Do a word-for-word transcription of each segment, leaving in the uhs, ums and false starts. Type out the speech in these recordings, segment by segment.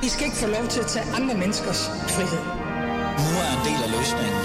I skal ikke få lov til at tage andre menneskers frihed. Nu er en del af løsningen.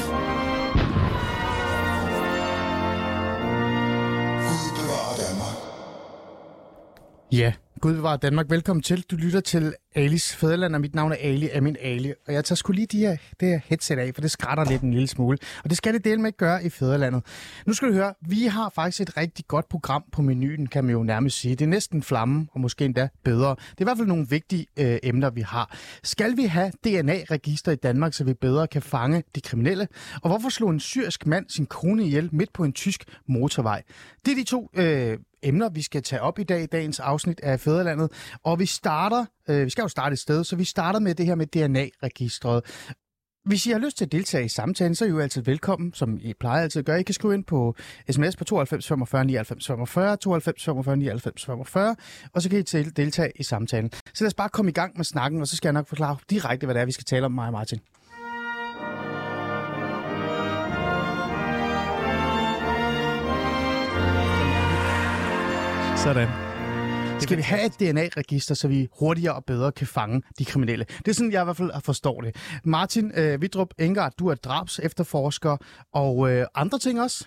Gud bevarer Danmark. Ja, Gud bevarer Danmark. Velkommen til. Du lytter til Alis Fædreland, og mit navn er Ali Amin Ali. Og jeg tager sgu lige de her, det her headset af, for det skrætter lidt en lille smule. Og det skal det dele med ikke gøre i Fædrelandet. Nu skal du høre, vi har faktisk et rigtig godt program på menuen, kan man jo nærmest sige. Det er næsten flamme, og måske endda bedre. Det er i hvert fald nogle vigtige øh, emner, vi har. Skal vi have D N A-register i Danmark, så vi bedre kan fange de kriminelle? Og hvorfor slog en syrisk mand sin kone ihjel midt på en tysk motorvej? Det er de to øh, emner, vi skal tage op i dag, dagens afsnit af Fædrelandet. Og vi starter, øh, vi skal jo starte et sted, så vi starter med det her med D N A-registret. Hvis I har lyst til at deltage i samtalen, så er I jo altid velkommen, som I plejer altid at gøre. I kan skrive ind på sms på tooghalvfems femogfyrre nioghalvfems femogfyrre, tooghalvfems femogfyrre nioghalvfems femogfyrre, og så kan I til deltage i samtalen. Så lad os bare komme i gang med snakken, og så skal jeg nok forklare direkte, hvad det er, vi skal tale om, mig og Martin. Sådan. Skal vi have et D N A-register, så vi hurtigere og bedre kan fange de kriminelle? Det er sådan, jeg i hvert fald forstår det. Martin øh, Wittrup Enggaard, du er drabs efterforsker og øh, andre ting også?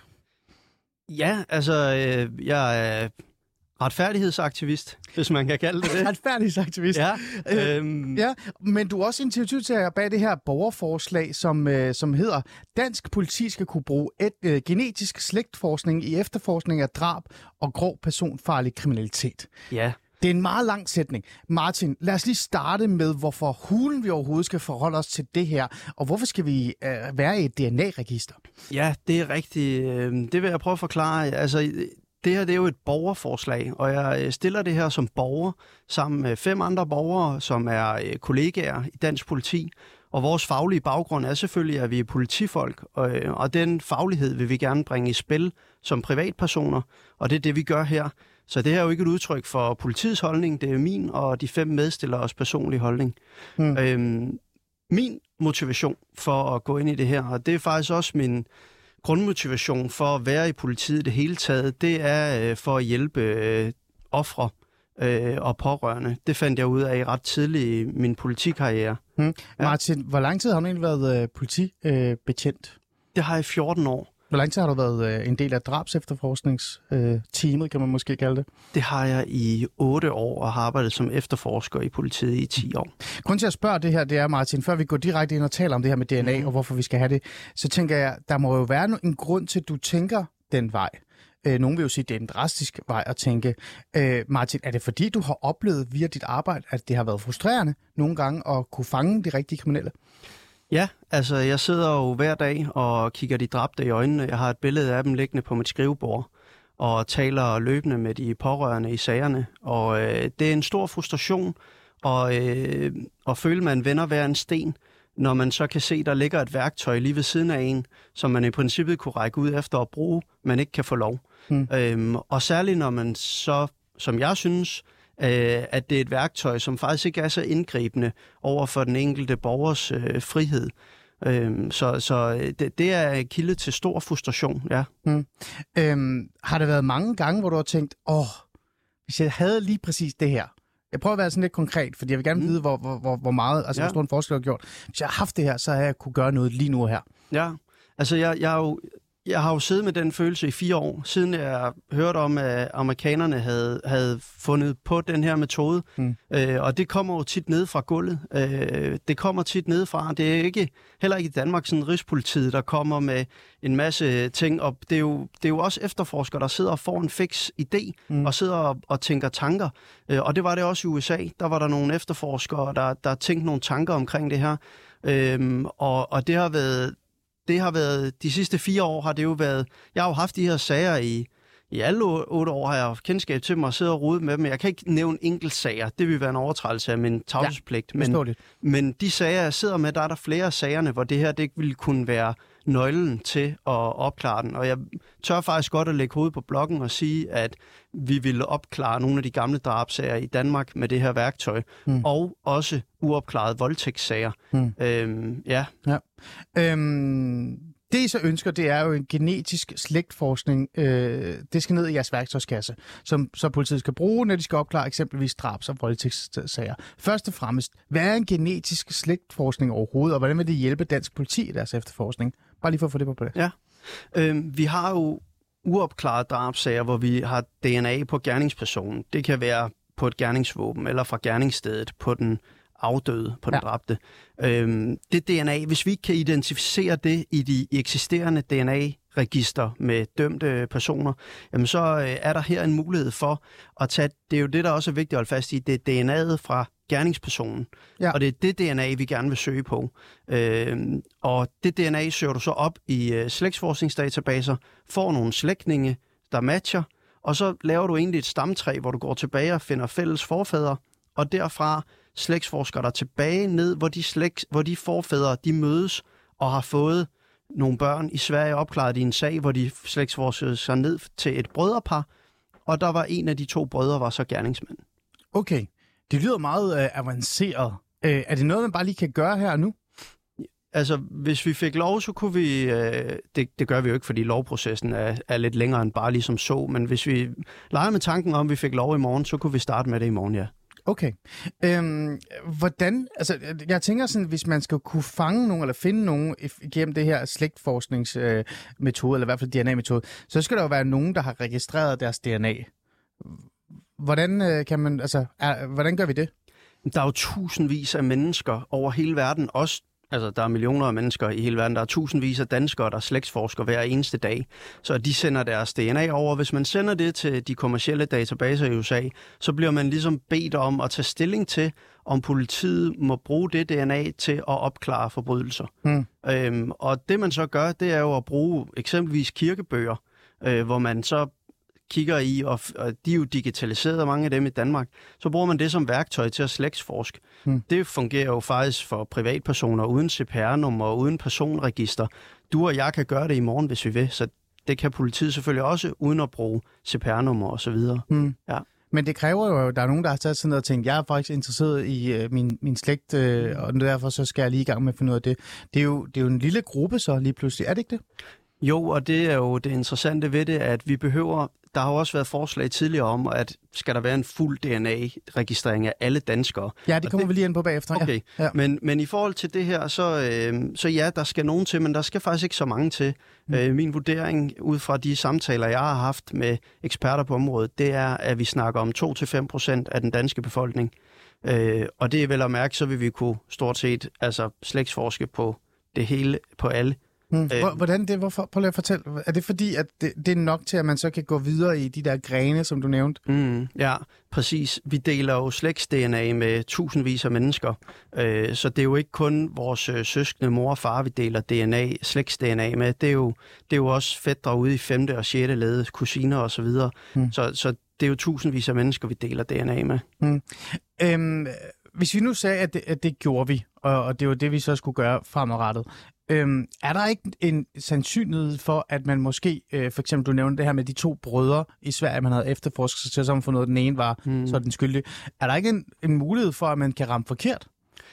Ja, altså, øh, jeg er retfærdighedsaktivist, hvis man kan kalde det det. Retfærdighedsaktivist? Ja. Øh, øhm... ja, men du er også initiativtager bag det her borgerforslag, som, øh, som hedder, dansk politi skal kunne bruge et, øh, genetisk slægtforskning i efterforskning af drab og grov personfarlig kriminalitet. Ja. Det er en meget lang sætning. Martin, lad os lige starte med, hvorfor hulen vi overhovedet skal forholde os til det her, og hvorfor skal vi øh, være i et D N A-register? Ja, det er rigtigt. Det vil jeg prøve at forklare. Altså, det her det er jo et borgerforslag, og jeg stiller det her som borger sammen med fem andre borgere, som er kollegaer i dansk politi. Og vores faglige baggrund er selvfølgelig, at vi er politifolk, og, og den faglighed vil vi gerne bringe i spil som privatpersoner, og det er det, vi gør her. Så det her er jo ikke et udtryk for politiets holdning, det er min og de fem medstilleres personlige holdning. Hmm. Øhm, min motivation for at gå ind i det her, og det er faktisk også min grundmotivation for at være i politiet det hele taget, det er øh, for at hjælpe øh, ofre øh, og pårørende. Det fandt jeg ud af ret tidligt i min politikarriere. Hmm. Ja. Martin, hvor lang tid har du egentlig været øh, politibetjent? Øh, det har jeg i fjorten år. Hvor lang tid har du været øh, en del af drabs efterforskningsteamet, øh, kan man måske kalde det? Det har jeg i otte år og har arbejdet som efterforsker i politiet i ti år. Grunden til at spørge det her, det er, Martin, før vi går direkte ind og taler om det her med D N A mm. og hvorfor vi skal have det, så tænker jeg, der må jo være en grund til, at du tænker den vej. Øh, nogen vil jo sige, at det er en drastisk vej at tænke. Øh, Martin, er det fordi, du har oplevet via dit arbejde, at det har været frustrerende nogle gange at kunne fange de rigtige kriminelle? Ja, altså jeg sidder jo hver dag og kigger de dræbte i øjnene. Jeg har et billede af dem liggende på mit skrivebord og taler løbende med de pårørende i sagerne. Og øh, det er en stor frustration og, øh, at føle, at man vender hver en sten, når man så kan se, at der ligger et værktøj lige ved siden af en, som man i princippet kunne række ud efter at bruge, men ikke kan få lov. Hmm. Øhm, og særligt når man så, som jeg synes, øh, at det er et værktøj, som faktisk ikke er så indgribende over for den enkelte borgers øh, frihed. Øhm, så så det, det er kilde til stor frustration, ja. Hmm. Øhm, har det været mange gange, hvor du har tænkt, åh, hvis jeg havde lige præcis det her. Jeg prøver at være sådan lidt konkret, fordi jeg vil gerne mm. vide, hvor, hvor, hvor meget, altså ja. hvor stor en forskel jeg har gjort. Hvis jeg har haft det her, så har jeg kunne gøre noget lige nu og her. Ja, altså jeg, jeg, har jo, jeg har jo siddet med den følelse i fire år, siden jeg hørte om, at amerikanerne havde, havde fundet på den her metode. Mm. Øh, og det kommer jo tit ned fra gulvet. Øh, det kommer tit ned fra. Det er ikke, heller ikke i Danmark sådan Rigspolitiet, der kommer med en masse ting. Og det er jo, det er jo også efterforskere, der sidder og får en fix idé mm. og sidder og, og tænker tanker. Øh, og det var det også i U S A. Der var der nogle efterforskere, der, der tænkte nogle tanker omkring det her. Øh, og, og det har været... Det har været, de sidste fire år har det jo været, jeg har jo haft de her sager i, i alle otte år, har jeg haft kendskab til dem og sidder og rode med dem. Jeg kan ikke nævne enkelt sager, det vil være en overtrædelse af min tavshedspligt. Ja, men, men de sager, jeg sidder med, der er der flere af sagerne, hvor det her det ikke ville kunne være nøglen til at opklare den. Og jeg tør faktisk godt at lægge hovedet på blokken og sige, at vi ville opklare nogle af de gamle drabsager i Danmark med det her værktøj, mm. og også uopklarede voldtægtssager. Mm. Øhm, ja. ja. Øhm, Det, I så ønsker, det er jo en genetisk slægtforskning. Øh, det skal ned i jeres værktøjskasse, som så politiet skal bruge, når de skal opklare eksempelvis drabs- og voldtægtssager. Først og fremmest, hvad er en genetisk slægtforskning overhovedet, og hvordan vil det hjælpe dansk politi i deres efterforskning? Bare lige for at få det på plads. Ja, øh, vi har jo uopklarede drabsager, hvor vi har D N A på gerningspersonen. Det kan være på et gerningsvåben, eller fra gerningsstedet på den afdøde, på den ja. dræbte. Øhm, det D N A, hvis vi ikke kan identificere det i de eksisterende D N A-register med dømte personer, jamen så øh, er der her en mulighed for at tage, det er jo det, der også er vigtigt at holde fast i, det er D N A'et fra gerningspersonen. Ja. Og det er det D N A, vi gerne vil søge på. Øhm, og det D N A søger du så op i øh, slægtsforskningsdatabaser, får nogle slægtninge, der matcher, og så laver du egentlig et stamtræ, hvor du går tilbage og finder fælles forfædre, og derfra slægtsforsker der tilbage ned, hvor de, slægt, hvor de forfædre de mødes og har fået nogle børn. I Sverige opklarede de en sag, hvor de slægtsforskede sig ned til et brødrepar, og der var en af de to brødre, var så gerningsmand. Okay, det lyder meget øh, avanceret. Øh, er det noget, man bare lige kan gøre her nu? Altså, hvis vi fik lov, så kunne vi... Øh, det, det gør vi jo ikke, fordi lovprocessen er, er lidt længere end bare ligesom så, men hvis vi leger med tanken om, at vi fik lov i morgen, så kunne vi starte med det i morgen, ja. Okay. Øhm, hvordan, altså jeg tænker sådan, hvis man skal kunne fange nogen eller finde nogen igennem det her slægtforskningsmetode, eller i hvert fald D N A-metode, så skal der jo være nogen, der har registreret deres D N A. Hvordan øh, kan man, altså, er, hvordan gør vi det? Der er jo tusindvis af mennesker over hele verden, også altså, der er millioner af mennesker i hele verden. Der er tusindvis af danskere, der slægtsforsker hver eneste dag. Så de sender deres D N A over. Hvis man sender det til de kommercielle databaser i U S A, så bliver man ligesom bedt om at tage stilling til, om politiet må bruge det D N A til at opklare forbrydelser. Hmm. Øhm, og det man så gør, det er jo at bruge eksempelvis kirkebøger, øh, hvor man så kigger i, og, og de er jo digitaliseret, mange af dem i Danmark, så bruger man det som værktøj til at slægtsforske. Hmm. Det fungerer jo faktisk for privatpersoner uden C P R-nummer og uden personregister. Du og jeg kan gøre det i morgen, hvis vi vil, så det kan politiet selvfølgelig også, uden at bruge C P R-nummer og så videre. Hmm. Ja. Men det kræver jo, at der er nogen, der har taget sådan noget og tænkt, jeg er faktisk interesseret i øh, min, min slægt, øh, og derfor så skal jeg lige i gang med at finde ud af det. Det er jo, det er jo en lille gruppe så lige pludselig, er det ikke det? Jo, og det er jo det interessante ved det, at vi behøver, der har også været forslag tidligere om, at skal der være en fuld D N A-registrering af alle danskere. Ja, det kommer det, vi lige ind på bagefter. Okay, ja. Ja. Men, men i forhold til det her, så, øh, så ja, der skal nogen til, men der skal faktisk ikke så mange til. Mm. Øh, min vurdering ud fra de samtaler, jeg har haft med eksperter på området, det er, at vi snakker om to til fem procent af den danske befolkning. Øh, og det er vel at mærke, så vil vi kunne stort set altså, slægtsforske på det hele, på alle. Hmm. Hvordan det? Hvorfor? Prøv lige at fortælle. Er det fordi, at det, det er nok til, at man så kan gå videre i de der grene, som du nævnte? Mm, ja, præcis. Vi deler jo slægts-D N A med tusindvis af mennesker. Øh, så det er jo ikke kun vores øh, søskende mor og far, vi deler D N A, slægts-D N A med. Det er jo, det er jo også fætre ude i femte og sjette led, kusiner og så videre. Hmm. Så, så det er jo tusindvis af mennesker, vi deler D N A med. Hmm. Øhm, hvis vi nu sagde, at det, at det gjorde vi, og, og det var det, vi så skulle gøre fremadrettet, Øhm, er der ikke en sandsynlighed for, at man måske, øh, for eksempel du nævnte det her med de to brødre i Sverige, man havde efterforsket sig til, som for noget, den ene var hmm. så den skyldige. Er der ikke en, en mulighed for, at man kan ramme forkert?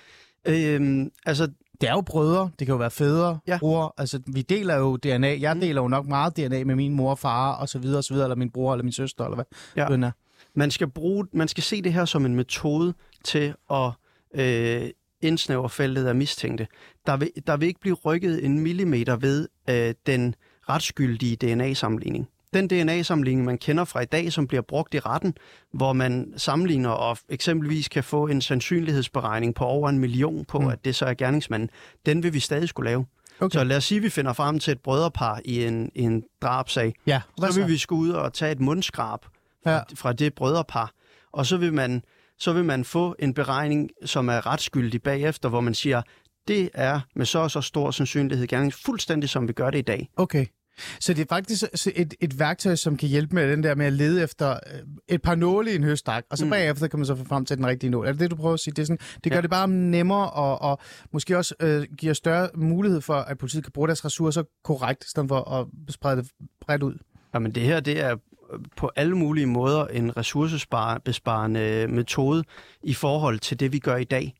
Øhm, altså... Det er jo brødre, det kan jo være fædre, ja. bror, altså vi deler jo D N A. Jeg deler jo nok meget D N A med min mor og far, og så videre, og så videre, eller min bror, eller min søster, eller hvad ja. den er. Man skal bruge, man skal se det her som en metode til at... Øh, indsnæver feltet af mistænkte. Der vil, der vil ikke blive rykket en millimeter ved øh, den retsskyldige D N A-sammenligning. Den D N A-sammenligning, man kender fra i dag, som bliver brugt i retten, hvor man sammenligner og eksempelvis kan få en sandsynlighedsberegning på over en million på, mm. at det så er gerningsmanden, den vil vi stadig skulle lave. Okay. Så lad os sige, at vi finder frem til et brødrepar i en, i en drabsag. Ja, så, så vil vi skulle ud og tage et mundskrab fra, ja. fra det brødrepar, og så vil man så vil man få en beregning, som er retsskyldig bagefter, hvor man siger, det er med så og så stor sandsynlighed gerning, fuldstændig som vi gør det i dag. Okay. Så det er faktisk et, et værktøj, som kan hjælpe med den der med at lede efter et par nåle i en høstak, og så mm. bagefter kan man så få frem til den rigtige nål. Er det det, du prøver at sige? Det, er sådan, det gør ja. det bare nemmere, og, og måske også øh, giver større mulighed for, at politiet kan bruge deres ressourcer korrekt, i stedet for at sprede det bredt ud. Jamen det her, det er på alle mulige måder en ressourcebesparende metode i forhold til det, vi gør i dag. Mm.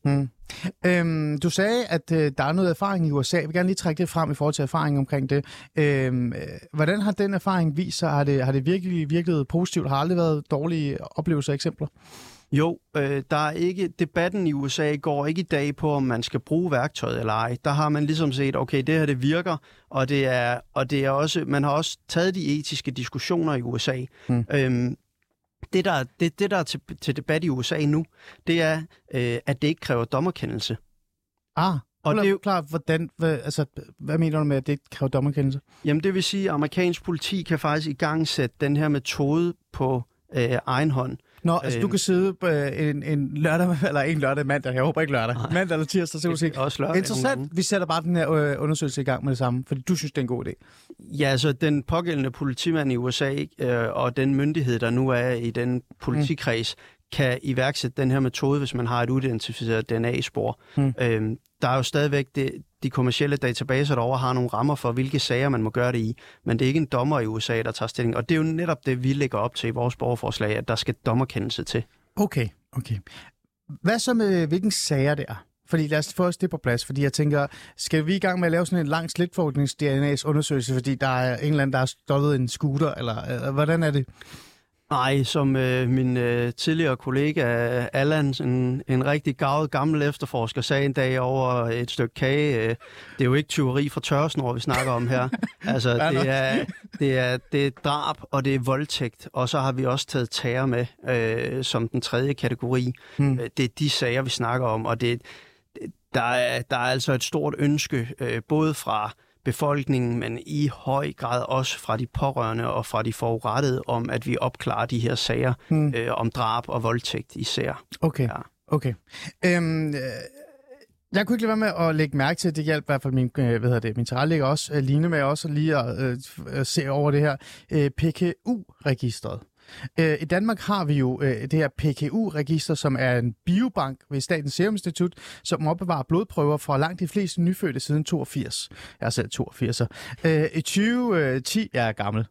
Øhm, du sagde, at øh, der er noget erfaring i U S A. Jeg vil gerne lige trække det frem i forhold til erfaringen omkring det. Øhm, øh, hvordan har den erfaring vist sig? Har det, har det virkelig virket positivt? Har aldrig været dårlige oplevelser og eksempler? Jo, øh, der er ikke, debatten i U S A går ikke i dag på, om man skal bruge værktøjet eller ej. Der har man ligesom set, okay, det her det virker, og det er, og det er også, man har også taget de etiske diskussioner i U S A. Mm. Øhm, det, der, det, det, der er til, til debat i U S A nu, det er, øh, at det ikke kræver dommerkendelse. Ah, og det er jo klart, hvordan, hvad, altså, hvad mener du med, at det ikke kræver dommerkendelse? Jamen, det vil sige, at amerikansk politi kan faktisk i gang sætte den her metode på øh, egen hånd. Nå, altså øh, du kan sidde på en, en lørdag, eller en lørdag mandag, jeg håber ikke lørdag, nej. mandag eller tirsdag, så kan du sige, også lørdag, interessant, vi sætter bare den her øh, undersøgelse i gang med det samme, fordi du synes, det er en god idé. Ja, altså den pågældende politimand i U S A øh, og den myndighed, der nu er i den politikreds, mm. kan iværksætte den her metode, hvis man har et uidentificeret D N A-spor. Mm. Øhm, der er jo stadigvæk det, de kommercielle databaser derovre har nogle rammer for, hvilke sager man må gøre det i, men det er ikke en dommer i U S A, der tager stilling. Og det er jo netop det, vi lægger op til i vores borgerforslag, at der skal dommerkendelse til. Okay, okay. Hvad så med, hvilken sager det er? Fordi lad os få os det på plads, fordi jeg tænker, skal vi i gang med at lave sådan en lang slægtforsknings-D N A-undersøgelse, fordi der er en eller anden, der har stjålet en scooter, eller, eller hvordan er det? Nej, som øh, min øh, tidligere kollega Allan, en, en rigtig gavet gammel efterforsker, sagde en dag over et stykke kage, øh, det er jo ikke tyveri fra tørresnor, vi snakker om her. Altså, det er, det, er, det er drab, og det er voldtægt, og så har vi også taget terror med øh, som den tredje kategori. Hmm. Det er de sager, vi snakker om, og det, der, er, der er altså et stort ønske, øh, både fra befolkningen, men i høj grad også fra de pårørende og fra de forurettede om, at vi opklarer de her sager hmm. øh, om drab og voldtægt især. Okay, ja. okay. Øhm, øh, jeg kunne ikke lade være med at lægge mærke til, at det hjalp i hvert fald min, øh, hvad hedder det, min tilrettelægger også, øh, Line med også lige at øh, se over det her øh, P K U-registret. I Danmark har vi jo øh, det her P K U-register, som er en biobank ved Statens Serum Institut, som opbevarer blodprøver fra langt de fleste nyfødte siden toogfirs. Jeg er selv toogfirs. Øh, I tyve ti, jeg er gammel,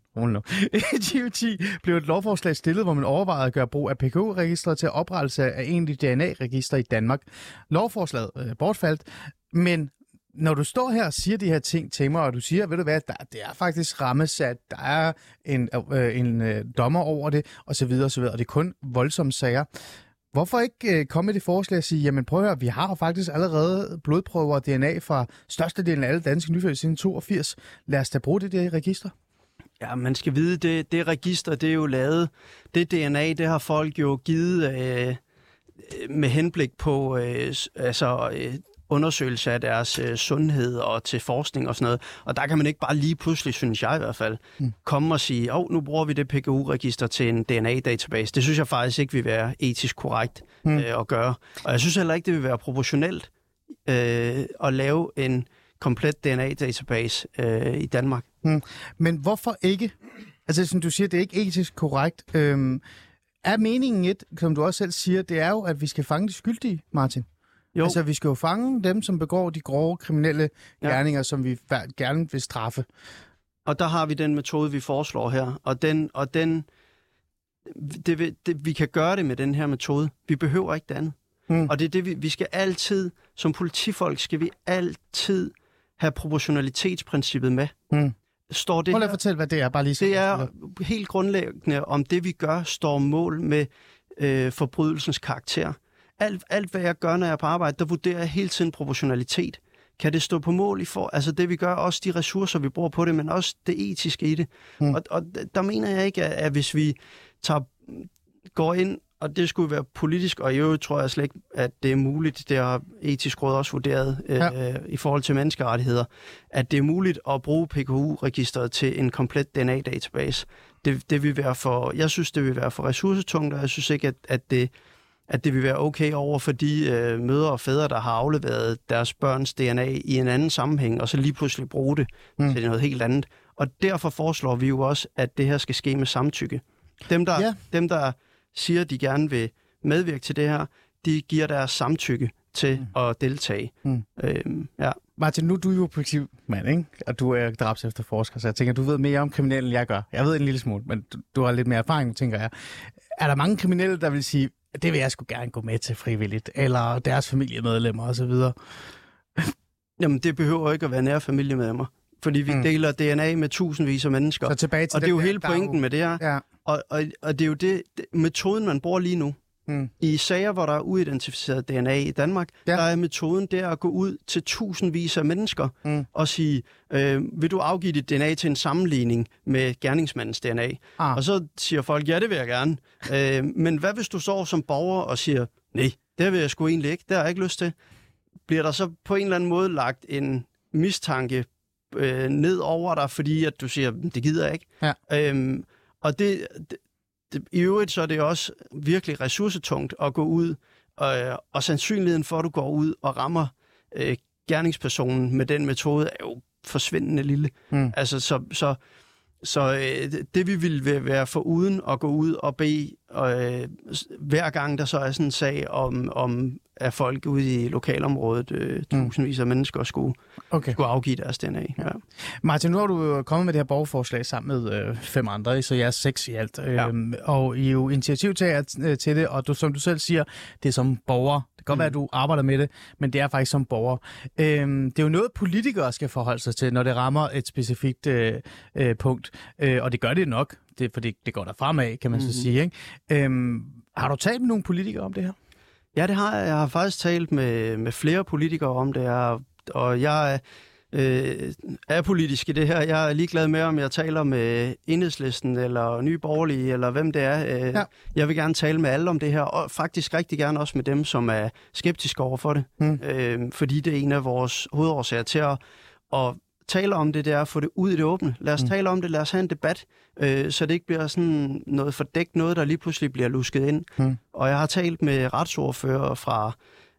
i tyve ti blev et lovforslag stillet, hvor man overvejede at gøre brug af P K U-registret til oprettelse af egentlig D N A-register i Danmark. Lovforslaget øh, bortfaldt, men når du står her og siger de her ting til mig, og du siger, ved du hvad, der, det er faktisk rammesat, der er en, øh, en øh, dommer over det, og så videre, og så videre, og det er kun voldsomme sager. Hvorfor ikke øh, komme med det forslag og sige, jamen prøv at høre, vi har faktisk allerede blodprøver og D N A fra størstedelen af alle danske nyfødte siden toogfirs. Lad os da bruge det der register. Ja, man skal vide, det, det register, det er jo lavet, det D N A, det har folk jo givet øh, med henblik på, øh, altså... Øh, undersøgelse af deres øh, sundhed og til forskning og sådan noget. Og der kan man ikke bare lige pludselig, synes jeg i hvert fald, mm. komme og sige, åh, oh, nu bruger vi det P K U-register til en D N A-database. Det synes jeg faktisk ikke vil være etisk korrekt mm. øh, at gøre. Og jeg synes heller ikke, det vil være proportionelt øh, at lave en komplet D N A-database øh, i Danmark. Mm. Men hvorfor ikke? Altså, som du siger, det er ikke etisk korrekt. Øhm, er meningen et, som du også selv siger, det er jo, at vi skal fange de skyldige, Martin? Jo. Altså, vi skal jo fange dem, som begår de grove kriminelle gerninger, ja. som vi gerne vil straffe. Og der har vi den metode, vi foreslår her. Og den, og den det, det, vi kan gøre det med den her metode. Vi behøver ikke det andet. Mm. Og det er det, vi, vi skal altid, som politifolk, skal vi altid have proportionalitetsprincippet med. Mm. Står det Prøv at fortælle, hvad det er. Bare lige så det er helt grundlæggende, om det, vi gør, står mål med øh, forbrydelsens karakter. Alt, alt, hvad jeg gør, når jeg er på arbejde, der vurderer jeg hele tiden proportionalitet. Kan det stå på mål i for, altså det vi gør, også de ressourcer, vi bruger på det, men også det etiske i det. Mm. Og, og der mener jeg ikke, at, at hvis vi tager, går ind, og det skulle være politisk, og i øvrigt tror jeg slet ikke, at det er muligt, det har etisk råd også vurderet ja. øh, i forhold til menneskerettigheder, at det er muligt at bruge P K U-registeret til en komplet D N A-database. Det, det vil være for, jeg synes, det vil være for ressourcetungt, og jeg synes ikke, at, at det at det vil være okay over for de øh, mødre og fædre, der har afleveret deres børns D N A i en anden sammenhæng, og så lige pludselig bruge det mm. til noget helt andet. Og derfor foreslår vi jo også, at det her skal ske med samtykke. Dem, der, ja. dem, der siger, at de gerne vil medvirke til det her, de giver deres samtykke til mm. at deltage. Mm. Øhm, ja. Martin, nu er du jo politimand, ikke? Og du er drabsefterforsker, så jeg tænker, du ved mere om kriminelle, end jeg gør. Jeg ved en lille smule, men du, du har lidt mere erfaring, tænker jeg. Er der mange kriminelle, der vil sige, det vil jeg sgu gerne gå med til frivilligt, eller deres familiemedlemmer osv.? Jamen, det behøver ikke at være nære familiemedlemmer, fordi vi mm. deler D N A med tusindvis af mennesker. Så tilbage til og det er jo der, hele pointen jo... med det her. Ja. Og, og, og det er jo det, det metoden, man bruger lige nu. Mm. I sager, hvor der er uidentificeret D N A i Danmark, ja. Der er metoden der at gå ud til tusindvis af mennesker mm. og sige, øh, vil du afgive dit D N A til en sammenligning med gerningsmandens D N A? Ah. Og så siger folk, ja, det vil jeg gerne. øh, men hvad hvis du står som borger og siger, nej, det vil jeg sgu egentlig ikke, det har jeg ikke lyst til. Bliver der så på en eller anden måde lagt en mistanke øh, ned over dig, fordi at du siger, det gider jeg ikke? Ja. Øhm, og det... det Det, i øvrigt så er det også virkelig ressourcetungt at gå ud, og, og sandsynligheden for, at du går ud og rammer øh, gerningspersonen med den metode, er jo forsvindende lille. Mm. Altså, så, så, så øh, det vi ville være foruden at gå ud og bede, øh, hver gang der så er sådan en sag om, om at folk ude i lokalområdet, øh, tusindvis af mennesker, skulle, okay. skulle afgive deres D N A. Ja. Martin, nu har du kommet med det her borgerforslag sammen med øh, fem andre, så jeg er seks i alt. Ja. Øhm, og I er jo initiativtager øh, til det, og du, som du selv siger, det er som borger. Det kan godt mm. være, at du arbejder med det, men det er faktisk som borger. Øhm, det er jo noget, politikere skal forholde sig til, når det rammer et specifikt øh, øh, punkt. Øh, og det gør det nok, det, for det, det går der fremad, kan man mm-hmm. så sige. Ikke? Øhm, har du talt med nogle politikere om det her? Ja, det har jeg. Jeg har faktisk talt med, med flere politikere om det her, og jeg øh, er politisk i det her. Jeg er ligeglad med, om jeg taler med Enhedslisten eller Nye Borgerlige, eller hvem det er. Øh, ja. Jeg vil gerne tale med alle om det her, og faktisk rigtig gerne også med dem, som er skeptiske over for det. Mm. Øh, fordi det er en af vores hovedårsager til at, at tale om det, det er at få det ud i det åbne. Lad os mm. tale om det, lad os have en debat, øh, så det ikke bliver sådan noget fordækt, noget, der lige pludselig bliver lusket ind. Mm. Og jeg har talt med retsordfører fra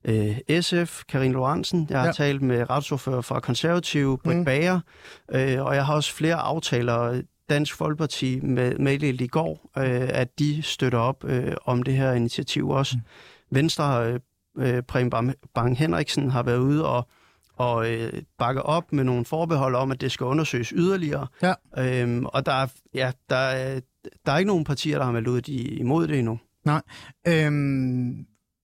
øh, S F, Karine Lorentzen, jeg har ja. talt med retsordfører fra Konservative, Britt mm. Bager, øh, og jeg har også flere aftaler. Dansk Folkeparti med, meddelt i går, øh, at de støtter op øh, om det her initiativ også. Mm. Venstre, øh, Preben Bang Henriksen, har været ude og og øh, bakke op med nogle forbehold om, at det skal undersøges yderligere. Ja. Øhm, og der er, ja, der, er, der er ikke nogen partier, der har meldt ud imod det endnu. Nej. Øhm,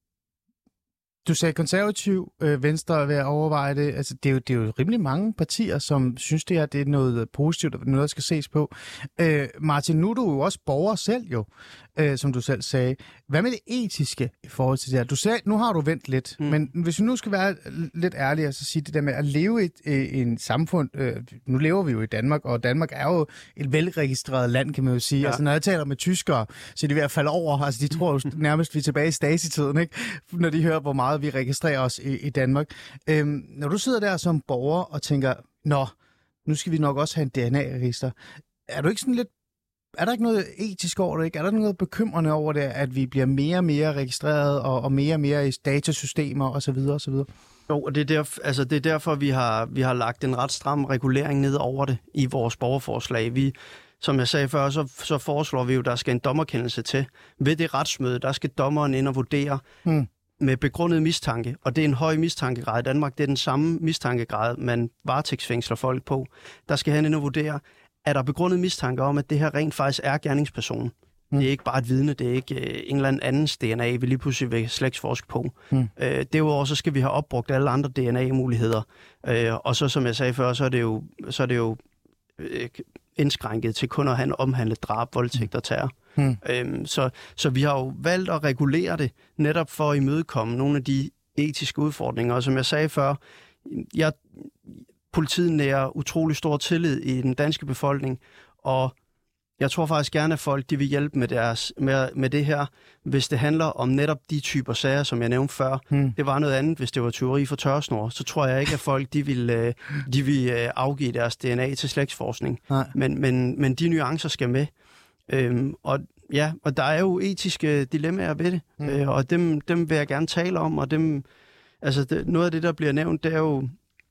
du sagde konservativ, øh, Venstre er ved at overveje det. Altså, det, er jo, det er jo rimelig mange partier, som synes, det her det er noget positivt, og noget, der skal ses på. Øh, Martin, nu er du jo også borger selv jo, øh, som du selv sagde. Hvad med det etiske i forhold til det her? Du sagde, nu har du ventet lidt, mm. men hvis vi nu skal være lidt ærlige og så sige det der med at leve i et, øh, en samfund, øh, nu lever vi jo i Danmark, og Danmark er jo et velregistreret land, kan man jo sige. Ja. Altså, når jeg taler med tyskere, så er de ved at falde over. Altså, de tror jo nærmest, vi er tilbage i Stasi-tiden, ikke? Når de hører, hvor meget vi registrerer os i, i Danmark. Øhm, når du sidder der som borger og tænker, nå, nu skal vi nok også have en D N A-register. Er du ikke sådan lidt, er der ikke noget etisk over det, ikke? Er der noget bekymrende over det, at vi bliver mere og mere registreret og, og mere og mere i datasystemer osv. osv.? Jo, og det er, derf- altså det er derfor, vi har, vi har lagt en ret stram regulering ned over det i vores borgerforslag. Vi, som jeg sagde før, så, så foreslår vi jo, at der skal en dommerkendelse til. Ved det retsmøde, der skal dommeren ind og vurdere, hmm. med begrundet mistanke, og det er en høj mistankegrad i Danmark. Det er den samme mistankegrad, man varetægtsfængsler folk på. Der skal han ind og vurdere, er der begrundet mistanke om, at det her rent faktisk er gerningspersonen. Mm. Det er ikke bare et vidne, det er ikke øh, en eller andens D N A, vi lige pludselig vil slægtsforske på. Mm. Øh, derudover så skal vi have opbrugt alle andre D N A-muligheder. Øh, og så, som jeg sagde før, så er det jo, så er det jo øh, indskrænket til kun at have omhandlet drab, voldtægt og terror. Hmm. Øhm, så, så vi har jo valgt at regulere det, netop for at imødekomme nogle af de etiske udfordringer. Og som jeg sagde før, jeg, politiet nærer utrolig stor tillid i den danske befolkning, og jeg tror faktisk gerne, at folk de vil hjælpe med, deres, med, med det her, hvis det handler om netop de typer sager, som jeg nævnte før. Hmm. Det var noget andet, hvis det var tyveri for tørresnor. Så tror jeg ikke, at folk de vil, de vil afgive deres D N A til slægtsforskning. Men, men, men de nuancer skal med. Øhm, og ja, og der er jo etiske dilemmaer ved det, mm. øh, og dem, dem vil jeg gerne tale om, og dem, altså det, noget af det, der bliver nævnt, det er jo,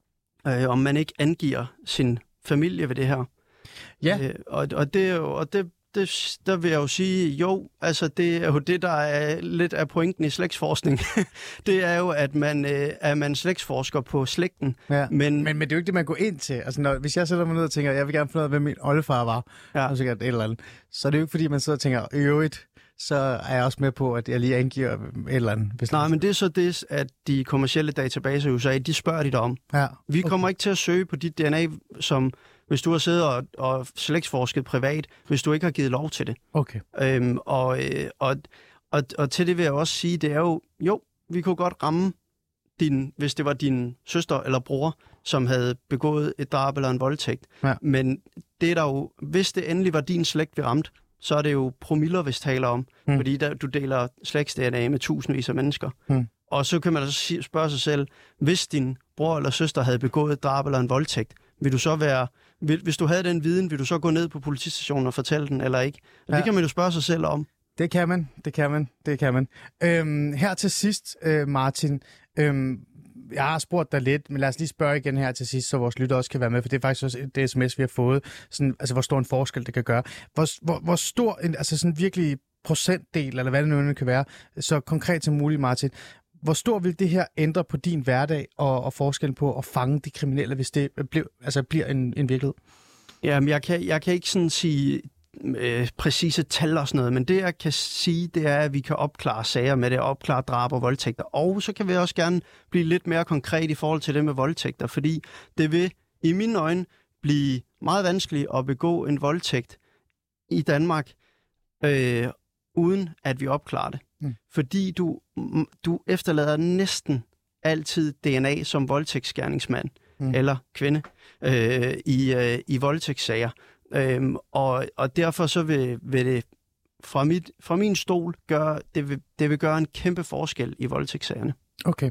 øh, om man ikke angiver sin familie ved det her. Ja. Øh, og, og det er jo, og det, det, der vil jeg jo sige, jo, altså det er jo det, der er lidt af pointen i slægtsforskning. Det er jo, at man, øh, at man slægtsforsker på slægten. Ja. Men, men, men det er jo ikke det, man går ind til. Altså, når, hvis jeg sætter mig ned og tænker, jeg vil gerne finde ud af, hvem min oldefar var, ja. og sikkert et eller andet, så er det jo ikke, fordi man sidder og tænker, øvrigt, så er jeg også med på, at jeg lige angiver et eller andet. Hvis Nej, men det er så det, at de kommercielle databaser i U S A, de spørger dit om. Ja, Vi okay. kommer ikke til at søge på dit D N A, som hvis du har siddet og, og slægtsforsket privat, hvis du ikke har givet lov til det. Okay. Øhm, og, øh, og, og, og til det vil jeg også sige, det er jo, jo, vi kunne godt ramme din, hvis det var din søster eller bror, som havde begået et drab eller en voldtægt. Ja. Men det er der jo, hvis det endelig var din slægt, vi ramte, så er det jo promiller, hvis taler om. Mm. Fordi der, du deler slægts-D N A med tusindvis af mennesker. Mm. Og så kan man altså spørge sig selv, hvis din bror eller søster havde begået et drab eller en voldtægt, vil du så være, vil, hvis du havde den viden, vil du så gå ned på politistationen og fortælle den, eller ikke? Ja. Det kan man jo spørge sig selv om. Det kan man, det kan man, det kan man. Øhm, her til sidst, øh, Martin, øhm, jeg har spurgt dig lidt, men lad os lige spørge igen her til sidst, så vores lytter også kan være med, for det er faktisk også det sms, vi har fået, sådan, altså hvor stor en forskel det kan gøre. Hvor, hvor, hvor stor en, altså sådan virkelig procentdel, eller hvad det nu kan være, så konkret som muligt, Martin, hvor stor vil det her ændre på din hverdag og, og forskellen på at fange de kriminelle, hvis det bliver, altså bliver en, en virkelighed? Jamen, jeg kan, jeg kan ikke sådan sige øh, præcise tal og sådan noget, men det jeg kan sige, det er, at vi kan opklare sager med det, opklare drab og voldtægter. Og så kan vi også gerne blive lidt mere konkret i forhold til det med voldtægter, fordi det vil i mine øjne blive meget vanskeligt at begå en voldtægt i Danmark, øh, uden at vi opklarer det. Mm. Fordi du, du efterlader næsten altid D N A som voldtægtsgerningsmand mm. eller kvinde øh, i, øh, i voldtægtssager. Øhm, og, og derfor så vil, vil det fra, mit, fra min stol gøre, det vil, det vil gøre en kæmpe forskel i voldtægtssagerne. Okay.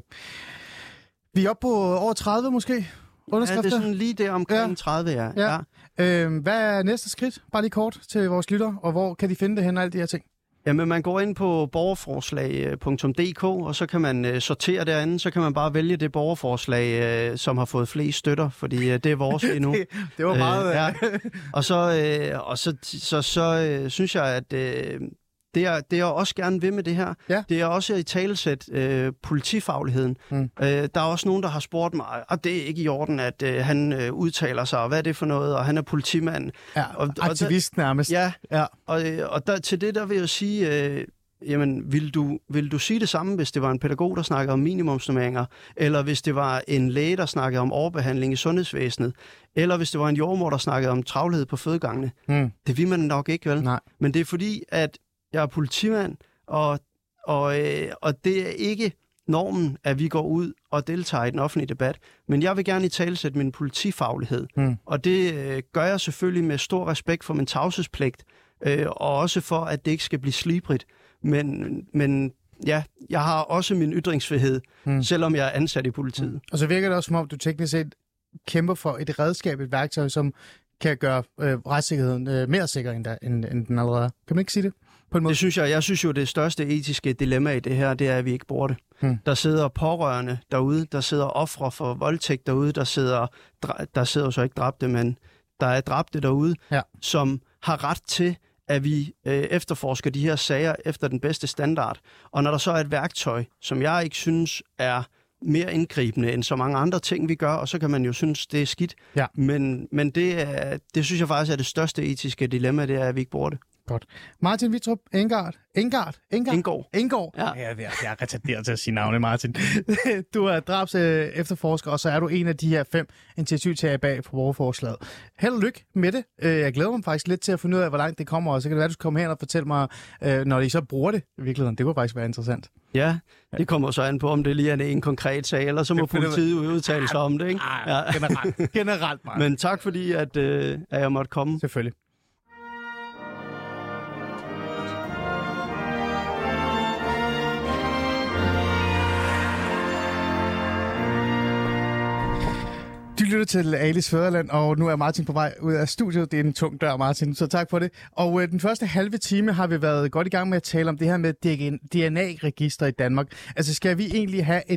Vi er oppe på over tredive måske? Underskrifter? Ja, det er sådan lige der omkring ja. tredive, ja. ja. ja. Øhm, hvad er næste skridt? Bare lige kort til vores lytter, og hvor kan de finde det hen, alle de her ting? Jamen, man går ind på borgerforslag punktum d k, og så kan man uh, sortere derinde, så kan man bare vælge det borgerforslag, uh, som har fået flest støtter, fordi uh, det er vores lige nu. det, det var meget... Uh, ja. Og så, uh, og så, så, så uh, synes jeg, at uh, det, er, det er også gerne ved med det her. Ja. Det er også i talesæt uh, politifagligheden. Mm. Uh, der er også nogen, der har spurgt mig, at det er ikke i orden, at uh, han uh, udtaler sig, og hvad er det for noget, og han er politimand. Ja, og, aktivist og der, nærmest. Ja, ja. og, og der, til det der vil jeg sige, øh, jamen, vil du, vil du sige det samme, hvis det var en pædagog, der snakkede om minimumsnormeringer, eller hvis det var en læge, der snakkede om overbehandling i sundhedsvæsenet, eller hvis det var en jordemoder, der snakkede om travlhed på fødegangene? Mm. Det vil man nok ikke, vel? Nej. Men det er fordi, at jeg er politimand, og, og, øh, og det er ikke normen, at vi går ud og deltager i den offentlige debat. Men jeg vil gerne i talesætte min politifaglighed. Mm. Og det øh, gør jeg selvfølgelig med stor respekt for min tavshedspligt, øh, og også for, at det ikke skal blive slibrigt. Men, men ja, jeg har også min ytringsfrihed, mm. selvom jeg er ansat i politiet. Mm. Og så virker det også, som om du teknisk set kæmper for et redskab, et værktøj, som kan gøre øh, retssikkerheden øh, mere sikker, end, der, end, end den allerede er. Kan man ikke sige det? På en måde? Det synes jeg. Jeg synes jo, det største etiske dilemma i det her, det er, at vi ikke bruger det. Hmm. Der sidder pårørende derude, der sidder ofre for voldtægt derude, der sidder, der sidder så ikke dræbte, men der er dræbte derude, ja. Som har ret til, at vi øh, efterforsker de her sager efter den bedste standard. Og når der så er et værktøj, som jeg ikke synes er mere indgribende end så mange andre ting, vi gør, og så kan man jo synes, det er skidt. Ja. Men, men det, er, det synes jeg faktisk er det største etiske dilemma, det er, at vi ikke bruger det. Godt. Martin Wittrup Enggaard. Enggaard? Enggaard? Enggaard. Enggaard. Ja. Ja, jeg er retarderet til at sige navne, Martin. Du er drabs efterforsker, og så er du en af de her fem initiativtagere bag på borgerforslaget. Held og lykke med det. Jeg glæder mig faktisk lidt til at finde ud af, hvor langt det kommer, og så kan det være, du skal komme hen og fortælle mig, når de så bruger det i virkeligheden. Det kunne faktisk være interessant. Ja, det kommer så an på, om det lige er en konkret sag, eller så må politiet udtale sig om det, ikke? Ja. Generelt, generelt Martin. Men tak fordi, at, øh, at jeg måtte komme. Selvfølgelig. Du lytter til Alis Fædreland, og nu er Martin på vej ud af studiet. Det er en tung dør, Martin, så tak for det. Og øh, den første halve time har vi været godt i gang med at tale om det her med D N A-register i Danmark. Altså, skal vi egentlig have et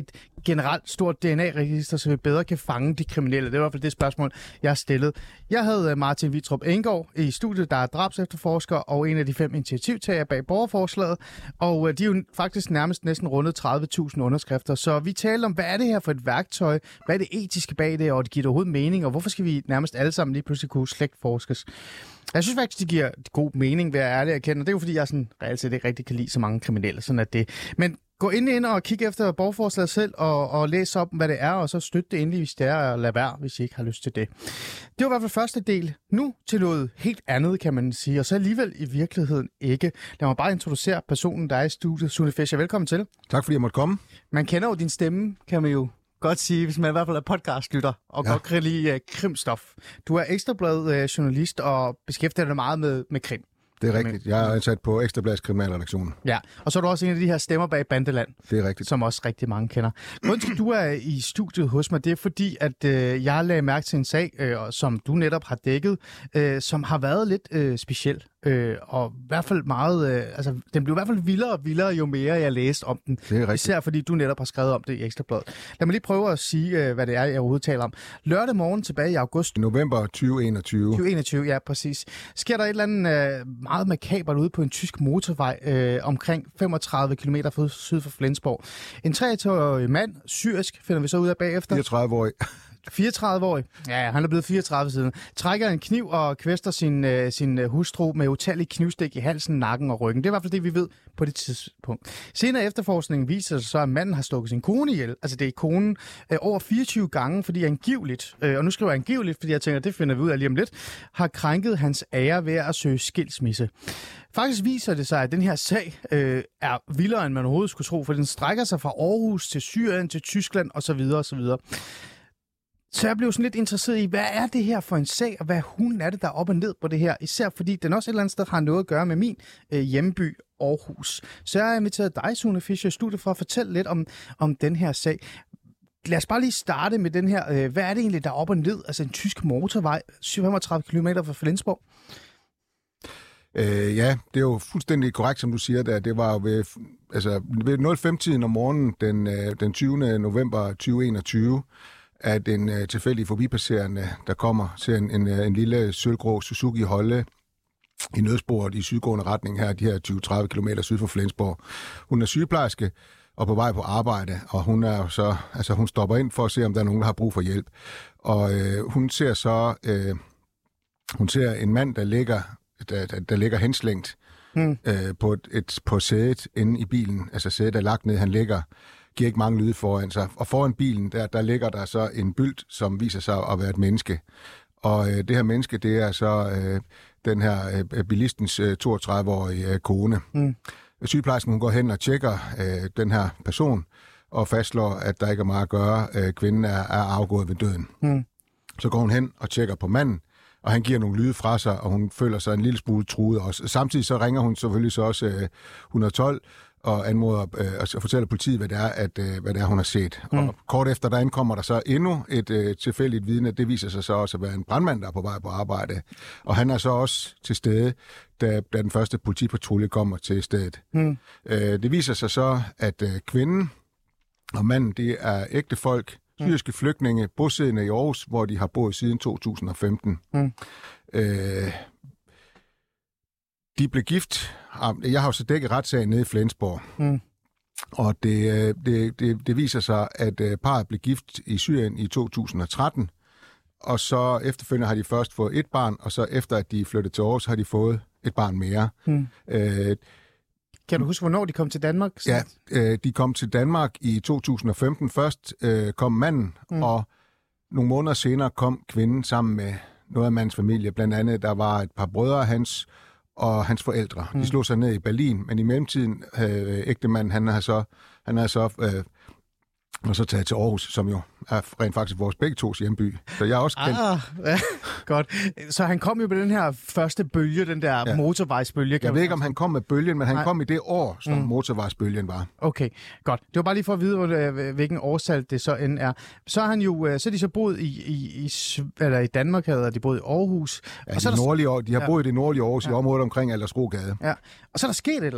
generelt stort D N A-register, så vi bedre kan fange de kriminelle? Det er i hvert fald det spørgsmål, jeg har stillet. Jeg havde Martin Wittrup Enggaard i studiet, der er drabsefterforsker og en af de fem initiativtagere bag borgerforslaget. Og de er jo faktisk nærmest næsten rundet tredive tusind underskrifter. Så vi talte om, hvad er det her for et værktøj? Hvad er det etiske bag det, og det giver det overhovedet mening? Og hvorfor skal vi nærmest alle sammen lige pludselig kunne slægtforskes? Jeg synes faktisk, det giver god mening, ved at ærligt erkende. Og det er jo fordi, jeg sådan, reelt set ikke rigtig kan lide så mange kriminelle. Sådan at det. Men gå ind, ind og kig efter borgerforslaget selv, og, og læs op, hvad det er, og så støtte det endelig, hvis det er, og lad være, hvis I ikke har lyst til det. Det var i hvert fald første del. Nu til noget helt andet, kan man sige, og så alligevel i virkeligheden ikke. Lad mig bare introducere personen, der er i studiet. Sune Fischer, velkommen til. Tak fordi jeg måtte komme. Man kender jo din stemme, kan man jo godt sige, hvis man i hvert fald er podcastlytter og ja. godt kan lide uh, krimstof. Du er Ekstrabladet-journalist uh, og beskæftiger dig meget med, med krim. Det er rigtigt. Jeg er ansat på Ekstrabladets kriminalredaktion. Ja, og så er du også en af de her stemmer bag Bandeland. Det er rigtigt. Som også rigtig mange kender. Grunden til, at du er i studiet hos mig, det er fordi, at øh, jeg lagde mærke til en sag, øh, som du netop har dækket, øh, som har været lidt øh, speciel. Øh, og i hvert fald meget, øh, altså den blev i hvert fald vildere og vildere, jo mere jeg læste om den. Det er rigtigt. Især fordi du netop har skrevet om det i Ekstrabladet. Lad mig lige prøve at sige, øh, hvad det er, jeg overhovedet taler om. Lørdag morgen tilbage i august. November tyve enogtyve. tyve enogtyve, ja, præcis. Sker der et eller andet øh, meget makabert ude på en tysk motorvej, øh, omkring femogtredive kilometer syd for Flensborg. En treogtyve-årig mand, syrisk, finder vi så ud af bagefter. fireogtredive-årig. fireogtredive-årig. Ja, han er blevet fireogtredive siden. Trækker en kniv og kvæster sin, øh, sin hustru med utallige knivstik i halsen, nakken og ryggen. Det er i hvert fald det, vi ved på det tidspunkt. Senere efterforskningen viser sig så, at manden har stukket sin kone ihjel. Altså det er konen øh, over fireogtyve gange, fordi angiveligt, øh, og nu skriver jeg angiveligt, fordi jeg tænker, det finder vi ud af lige om lidt, har krænket hans ære ved at søge skilsmisse. Faktisk viser det sig, at den her sag øh, er vildere, end man overhovedet skulle tro, for den strækker sig fra Aarhus til Syrien, til Tyskland osv. osv. Så jeg blev sådan lidt interesseret i, hvad er det her for en sag, og hvad hunden er det, der er op og ned på det her? Især fordi den også et eller andet sted har noget at gøre med min øh, hjemby, Aarhus. Så jeg har inviteret dig, Sune Fischer, i studiet for at fortælle lidt om, om den her sag. Lad os bare lige starte med den her. Øh, hvad er det egentlig, der er op og ned? Altså en tysk motorvej, femogtredive kilometer fra Flensborg. Øh, ja, det er jo fuldstændig korrekt, som du siger der. Det var jo ved, altså, ved nul fem-tiden om morgenen den, øh, den tyvende november tyve enogtyve, at en øh, tilfældig forbipasserende, der kommer, ser en, en, en lille sølvgrå Suzuki Holde i nødsporet i sydgående retning her, de her tyve til tredive kilometer syd for Flensborg. Hun er sygeplejerske og på vej på arbejde, og hun er så, altså hun stopper ind for at se, om der er nogen, der har brug for hjælp. Og øh, hun ser så, øh, hun ser en mand, der ligger, der, der, der ligger henslængt hmm. øh, på et, et på sædet inde i bilen, altså sædet er lagt ned, han ligger, giver ikke mange lyde foran sig. Og foran bilen, der, der ligger der så en bylt, som viser sig at være et menneske. Og øh, det her menneske, det er så øh, den her øh, bilistens øh, toogtredive-årige øh, kone. Mm. Sygeplejersken, hun går hen og tjekker øh, den her person, og fastslår, at der ikke er meget at gøre. Øh, kvinden er, er afgået ved døden. Mm. Så går hun hen og tjekker på manden, og han giver nogle lyde fra sig, og hun føler sig en lille smule truet også. Samtidig så ringer hun selvfølgelig så også øh, et et to, og anmoder øh, og fortæller politiet, hvad det er, at, øh, hvad det er, hun har set. Mm. Og kort efter, der indkommer der så endnu et øh, tilfældigt vidne. Det viser sig så også at være en brandmand, der er på vej på arbejde. Og han er så også til stede, da, da den første politipatrulje kommer til stedet. Mm. Øh, det viser sig så, at øh, kvinden og manden, det er ægte folk, syriske flygtninge, bosiddende i Aarhus, hvor de har boet siden to tusind og femten. Mm. Øh, De blev gift. Jeg har jo så dækket retssagen nede i Flensborg. Mm. Og det, det, det, det viser sig, at parret blev gift i Syrien i to tusind og tretten. Og så efterfølgende har de først fået et barn, og så efter at de flyttede til Aarhus, har de fået et barn mere. Mm. Øh, kan du huske, hvornår de kom til Danmark? Ja, øh, de kom til Danmark i to tusind og femten. Først øh, kom manden, mm. og nogle måneder senere kom kvinden sammen med noget af mandens familie. Blandt andet, der var et par brødre af hans, og hans forældre. Mm. De slog sig ned i Berlin, men i mellemtiden øh, ægtemanden, han har så, han har så øh, og så taget til Aarhus, som jo er rent faktisk vores begge tos hjemby. Så jeg er også kendt. Ah, ja, godt. Så han kom jo på den her første bølge, den der ja. motorvejsbølge. Jeg ved ikke, om han kom med bølgen, men han Nej. kom i det år, som mm. motorvejsbølgen var. Okay, godt. Det var bare lige for at vide, hvilken årstal det så end er. Så har han jo, så er de så boet i, i, i, eller i Danmark, havde de boet i Aarhus. Ja, og så de, der... nordlige, de har ja. boet i det nordlige Aarhus, ja. i området omkring Aldersrogade. Ja, og så er der sket et eller andet.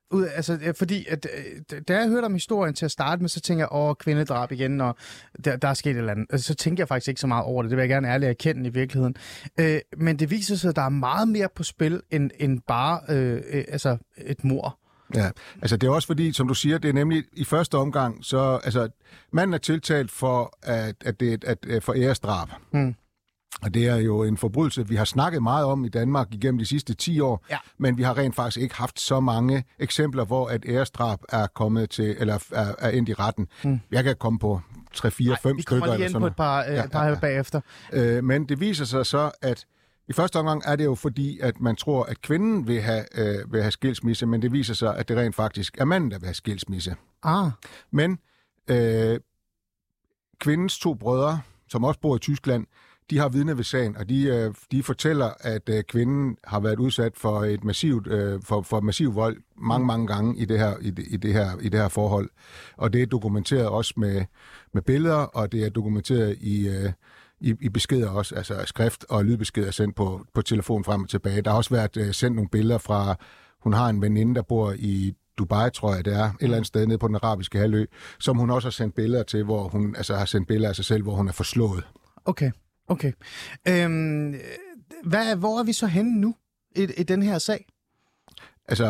Ud, altså, fordi at, da jeg hørte om historien til at starte med, så tænker jeg, åh, kvindedrab igen, og der, der er sket et eller andet. Altså, så tænker jeg faktisk ikke så meget over det. Det vil jeg gerne ærligt erkende i virkeligheden. Øh, men det viser sig, at der er meget mere på spil, end, end bare øh, øh, altså et mord. Ja, altså det er også fordi, som du siger, det er nemlig i første omgang, så altså, manden er tiltalt for, at, at det er at, at for æresdrab. Hmm. Og det er jo en forbrydelse, vi har snakket meget om i Danmark igennem de sidste ti år, ja. Men vi har rent faktisk ikke haft så mange eksempler, hvor at æresdrab er kommet til, eller er, er endt i retten. Hmm. Jeg kan komme på tre, fire, fem stykker. Vi kommer lige ind på et par, øh, ja, par ja, ja. bagefter. Øh, men det viser sig så, at i første omgang er det jo fordi, at man tror, at kvinden vil have, øh, vil have skilsmisse, men det viser sig, at det rent faktisk er manden, der vil have skilsmisse. Ah. Men øh, kvindens to brødre, som også bor i Tyskland, de har vidne ved sagen, og de, øh, de fortæller, at øh, kvinden har været udsat for et massivt, øh, for, for massiv vold mange, mange gange i det her, i det, i det her, i det her forhold. Og det er dokumenteret også med, med billeder, og det er dokumenteret i... Øh, I, i beskeder også, altså skrift og lydbeskeder sendt på, på telefon frem og tilbage. Der har også været uh, sendt nogle billeder fra, hun har en veninde, der bor i Dubai, tror jeg det er, et eller andet sted nede på den arabiske halvø, som hun også har sendt billeder til, hvor hun altså har sendt billeder af sig selv, hvor hun er forslået. Okay, okay. Øhm, hvad, hvor er vi så henne nu i, i den her sag? Altså,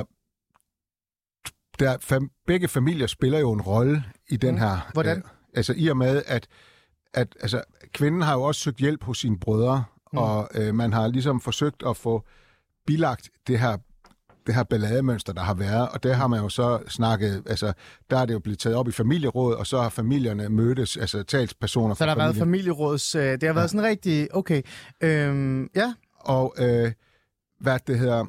der, fam, begge familier spiller jo en rolle i den her... Hvordan? Øh, altså i og med, at at altså, kvinden har jo også søgt hjælp hos sine brødre, mm. og øh, man har ligesom forsøgt at få bilagt det her, det her ballademønster, der har været, og det har man jo så snakket, altså, der er det jo blevet taget op i familieråd, og så har familierne mødtes, altså talspersoner fra familien. Så der har været familieråds, øh, det har været ja. sådan rigtig, okay, øhm, ja. Og øh, hvad det hedder,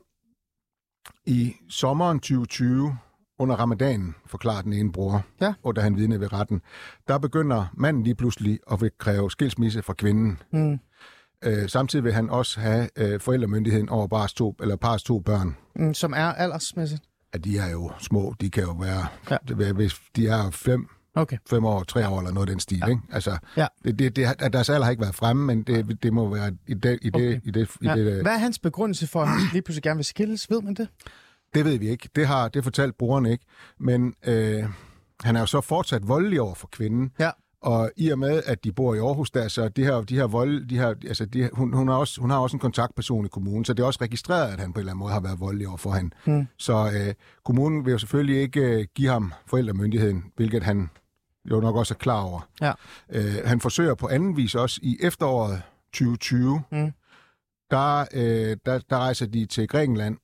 i sommeren tyve tyve, under ramadanen, forklarer den ene bror, ja. og da han vidne ved retten, der begynder manden lige pludselig at vil kræve skilsmisse fra kvinden. Mm. Øh, samtidig vil han også have øh, forældremyndigheden over parets to, eller parets to børn. Mm, som er aldersmæssigt? Ja, de er jo små. De kan jo være, ja. hvis de er fem, okay. fem år, tre år eller noget af den stil. Ja. Ikke? Altså, ja. det, det, det, deres alder har ikke været fremme, men det, det må være i det. I det, okay. i det, i ja. det Hvad er hans begrundelse for, at han lige pludselig gerne vil skilles? Ved man det? Det ved vi ikke. Det har det fortalt brugeren ikke. Men øh, han er jo så fortsat voldelig over for kvinden. Ja. Og i og med, at de bor i Aarhus, der, så de her, de her vold, de her, altså de, hun, hun, har også, hun har også en kontaktperson i kommunen, så det er også registreret, at han på en eller anden måde har været voldelig over for hende. Hmm. Så øh, kommunen vil jo selvfølgelig ikke øh, give ham forældremyndigheden, hvilket han jo nok også er klar over. Ja. Øh, han forsøger på anden vis også i efteråret tyve tyve, hmm. der, øh, der, der rejser de til Grækenland,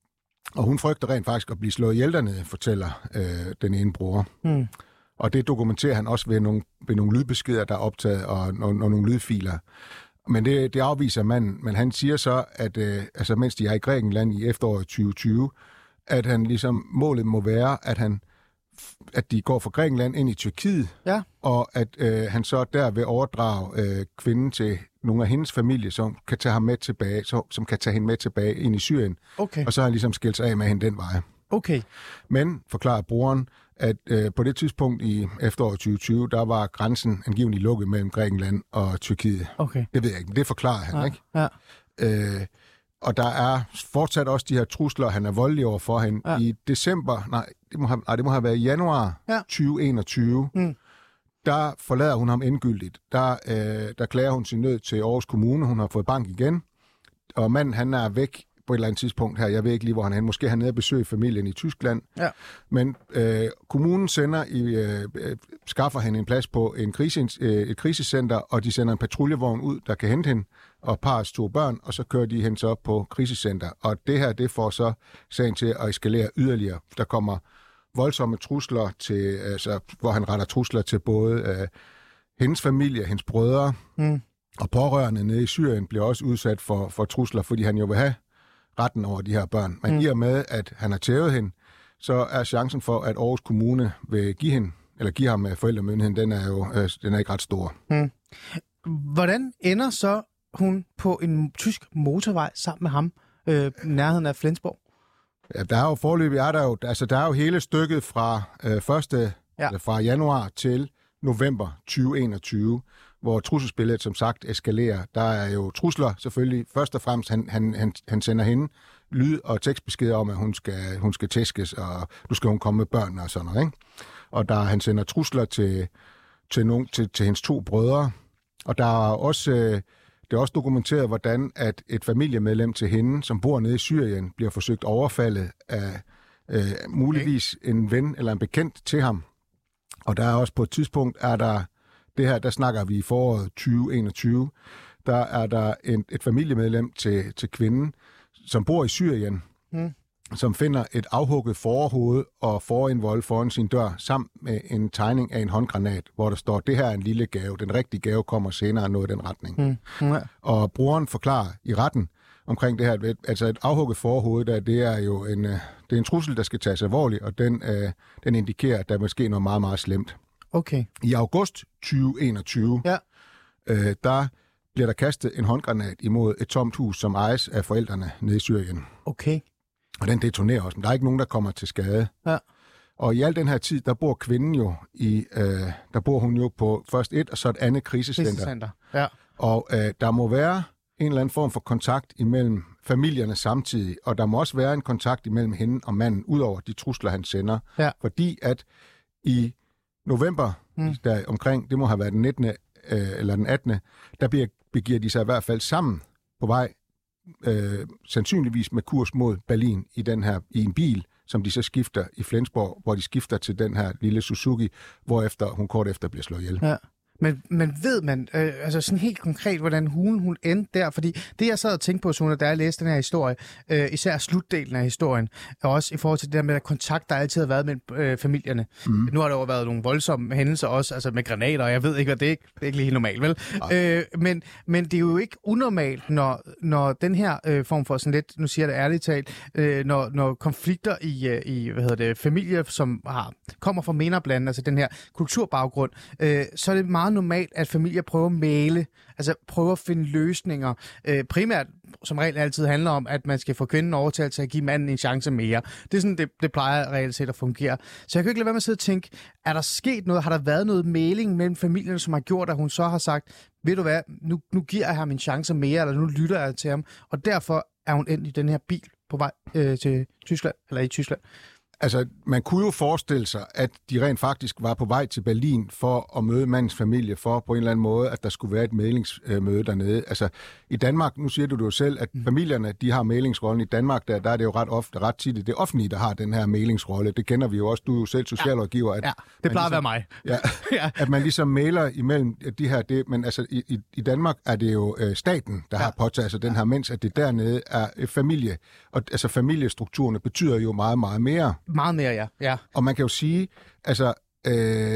og hun frygter rent faktisk at blive slået ihjel dernede, fortæller øh, den ene bror. Hmm. Og det dokumenterer han også ved nogle, ved nogle lydbeskeder, der er optaget, og, og, og nogle lydfiler. Men det, det afviser manden. Men han siger så, at øh, altså, mens de er i Grækenland i efteråret tyve tyve, at han ligesom, målet må være, at, han, at de går fra Grækenland ind i Tyrkiet, ja. Og at øh, han så der vil overdrage øh, kvinden til nogle af hendes familie, som kan tage ham med tilbage, så, som kan tage hende med tilbage ind i Syrien. Okay. Og så har han ligesom skilt sig af med hende den vej. Okay. Men, forklarer broren, at øh, på det tidspunkt i efteråret tyve tyve, der var grænsen angiveligt lukket mellem Grækenland og Tyrkiet. Okay. Det ved jeg ikke, men det forklarer han, ja. Ikke? Ja. Øh, og der er fortsat også de her trusler, han er voldelig over for hende. Ja. I december, nej det, må have, nej, det må have været i januar ja. tyve enogtyve, mm. der forlader hun ham endegyldigt. Der, øh, der klager hun sin nød til Aarhus Kommune, hun har fået bank igen, og manden han er væk på et eller andet tidspunkt her. Jeg ved ikke lige, hvor han er. Måske er han nede at besøge familien i Tyskland. Ja. Men øh, kommunen sender i, øh, skaffer hende en plads på en krise, øh, et krisecenter, og de sender en patruljevogn ud, der kan hente hende, og parrets to børn, og så kører de hende så op på krisecenter. Og det her, det får så sagen til at eskalere yderligere. Der kommer voldsomme trusler til, altså, hvor han retter trusler til både øh, hendes familie, hendes brødre, mm. og pårørende nede i Syrien bliver også udsat for, for trusler, fordi han jo vil have retten over de her børn. Men mm. i og med, at han har tævet hende, så er chancen for, at Aarhus Kommune vil give hende, eller give ham forældremyndigheden, den er jo øh, den er ikke ret stor. Mm. Hvordan ender så hun på en tysk motorvej sammen med ham, øh, nærheden af Flensborg? Ja, der er jo forløbig, er der jo, altså der er jo hele stykket fra øh, første, ja. eller fra januar til november tyve enogtyve, hvor trusselsbilledet som sagt eskalerer. Der er jo trusler selvfølgelig. Først og fremmest, han, han, han, han sender hende lyd- og tekstbeskeder om, at hun skal, hun skal tæskes, og nu skal hun komme med børn og sådan noget. Ikke? Og der han sender trusler til, til, nogen, til, til hendes to brødre. Og der er også, øh, det er også dokumenteret, hvordan at et familiemedlem til hende, som bor nede i Syrien, bliver forsøgt overfaldet af øh, muligvis okay. en ven eller en bekendt til ham. Og der er også på et tidspunkt, er der, det her, der snakker vi i foråret tyve enogtyve, der er der en, et familiemedlem til, til kvinden, som bor i Syrien, mm. som finder et afhugget forhoved og forindvold foran sin dør, sammen med en tegning af en håndgranat, hvor der står, det her er en lille gave. Den rigtige gave kommer senere noget i den retning. Mm. Ja. Og broren forklarer i retten omkring det her, altså et afhugget forhoved, der, det er jo en, det er en trussel, der skal tages alvorligt, og den, øh, den indikerer, at der måske noget meget, meget slemt. Okay. I august tyve enogtyve, ja. øh, der bliver der kastet en håndgranat imod et tomt hus, som ejes af forældrene nede i Syrien. Okay. Og den detonerer også, men der er ikke nogen, der kommer til skade. Ja. Og i al den her tid, der bor kvinden jo i, øh, der bor hun jo på først et og så et andet krisecenter. Krisecenter, ja. Og øh, der må være en eller anden form for kontakt imellem familierne samtidig, og der må også være en kontakt imellem hende og manden, udover de trusler, han sender. Ja. Fordi at i november, mm. der omkring, det må have været den nittende Øh, eller den attende, der begiver de sig i hvert fald sammen på vej, øh, sandsynligvis med kurs mod Berlin i, den her, i en bil, som de så skifter i Flensborg, hvor de skifter til den her lille Suzuki, hvorefter hun kort efter bliver slået ihjel. Ja. Men, men ved man, øh, altså sådan helt konkret, hvordan hun, hun endte der? Fordi det, jeg sad og tænkte på, Sune, da jeg læste den her historie, øh, især slutdelen af historien, og også i forhold til det der med kontakt, der altid har været mellem øh, familierne. Mm. Nu har der jo været nogle voldsomme hændelser også, altså med granater, og jeg ved ikke, hvad det er. Det er ikke lige helt normalt, vel? Øh, men, men det er jo ikke unormalt, når, når den her øh, form for sådan lidt, nu siger jeg det ærligt talt, øh, når, når konflikter i, øh, i hvad hedder det, familier, som har, kommer fra MENAPT-lande, altså den her kulturbaggrund, øh, så er det meget normalt, at familier prøver at mægle, altså prøver at finde løsninger. Øh, primært, som regel altid handler om, at man skal få kvinden overtalt til at give manden en chance mere. Det er sådan, det, det plejer reelt set at fungere. Så jeg kan ikke lade være med at sidde og tænke, er der sket noget? Har der været noget mægling mellem familierne, som har gjort, at hun så har sagt, ved du hvad, nu, nu giver jeg ham en chance mere, eller nu lytter jeg til ham, og derfor er hun endt i den her bil på vej øh, til Tyskland, eller i Tyskland. Altså, man kunne jo forestille sig, at de rent faktisk var på vej til Berlin for at møde mandens familie, for på en eller anden måde, at der skulle være et mæglingsmøde dernede. Altså, i Danmark, nu siger du det jo selv, at familierne, de har mæglingsrollen. I Danmark, der, der er det jo ret ofte, ret tit det offentlige, der har den her mæglingsrolle. Det kender vi jo også. Du er jo selv socialrådgiver. At ja, det plejer ligesom, at være mig. Ja, ja. At man ligesom mæler imellem de her, det, men altså, i, i, i Danmark er det jo øh, staten, der ja. har påtaget sig den her, mens at det dernede er øh, familie. Og altså, familiestrukturerne betyder jo meget, meget mere. Meget mere, ja. ja. Og man kan jo sige, altså, øh,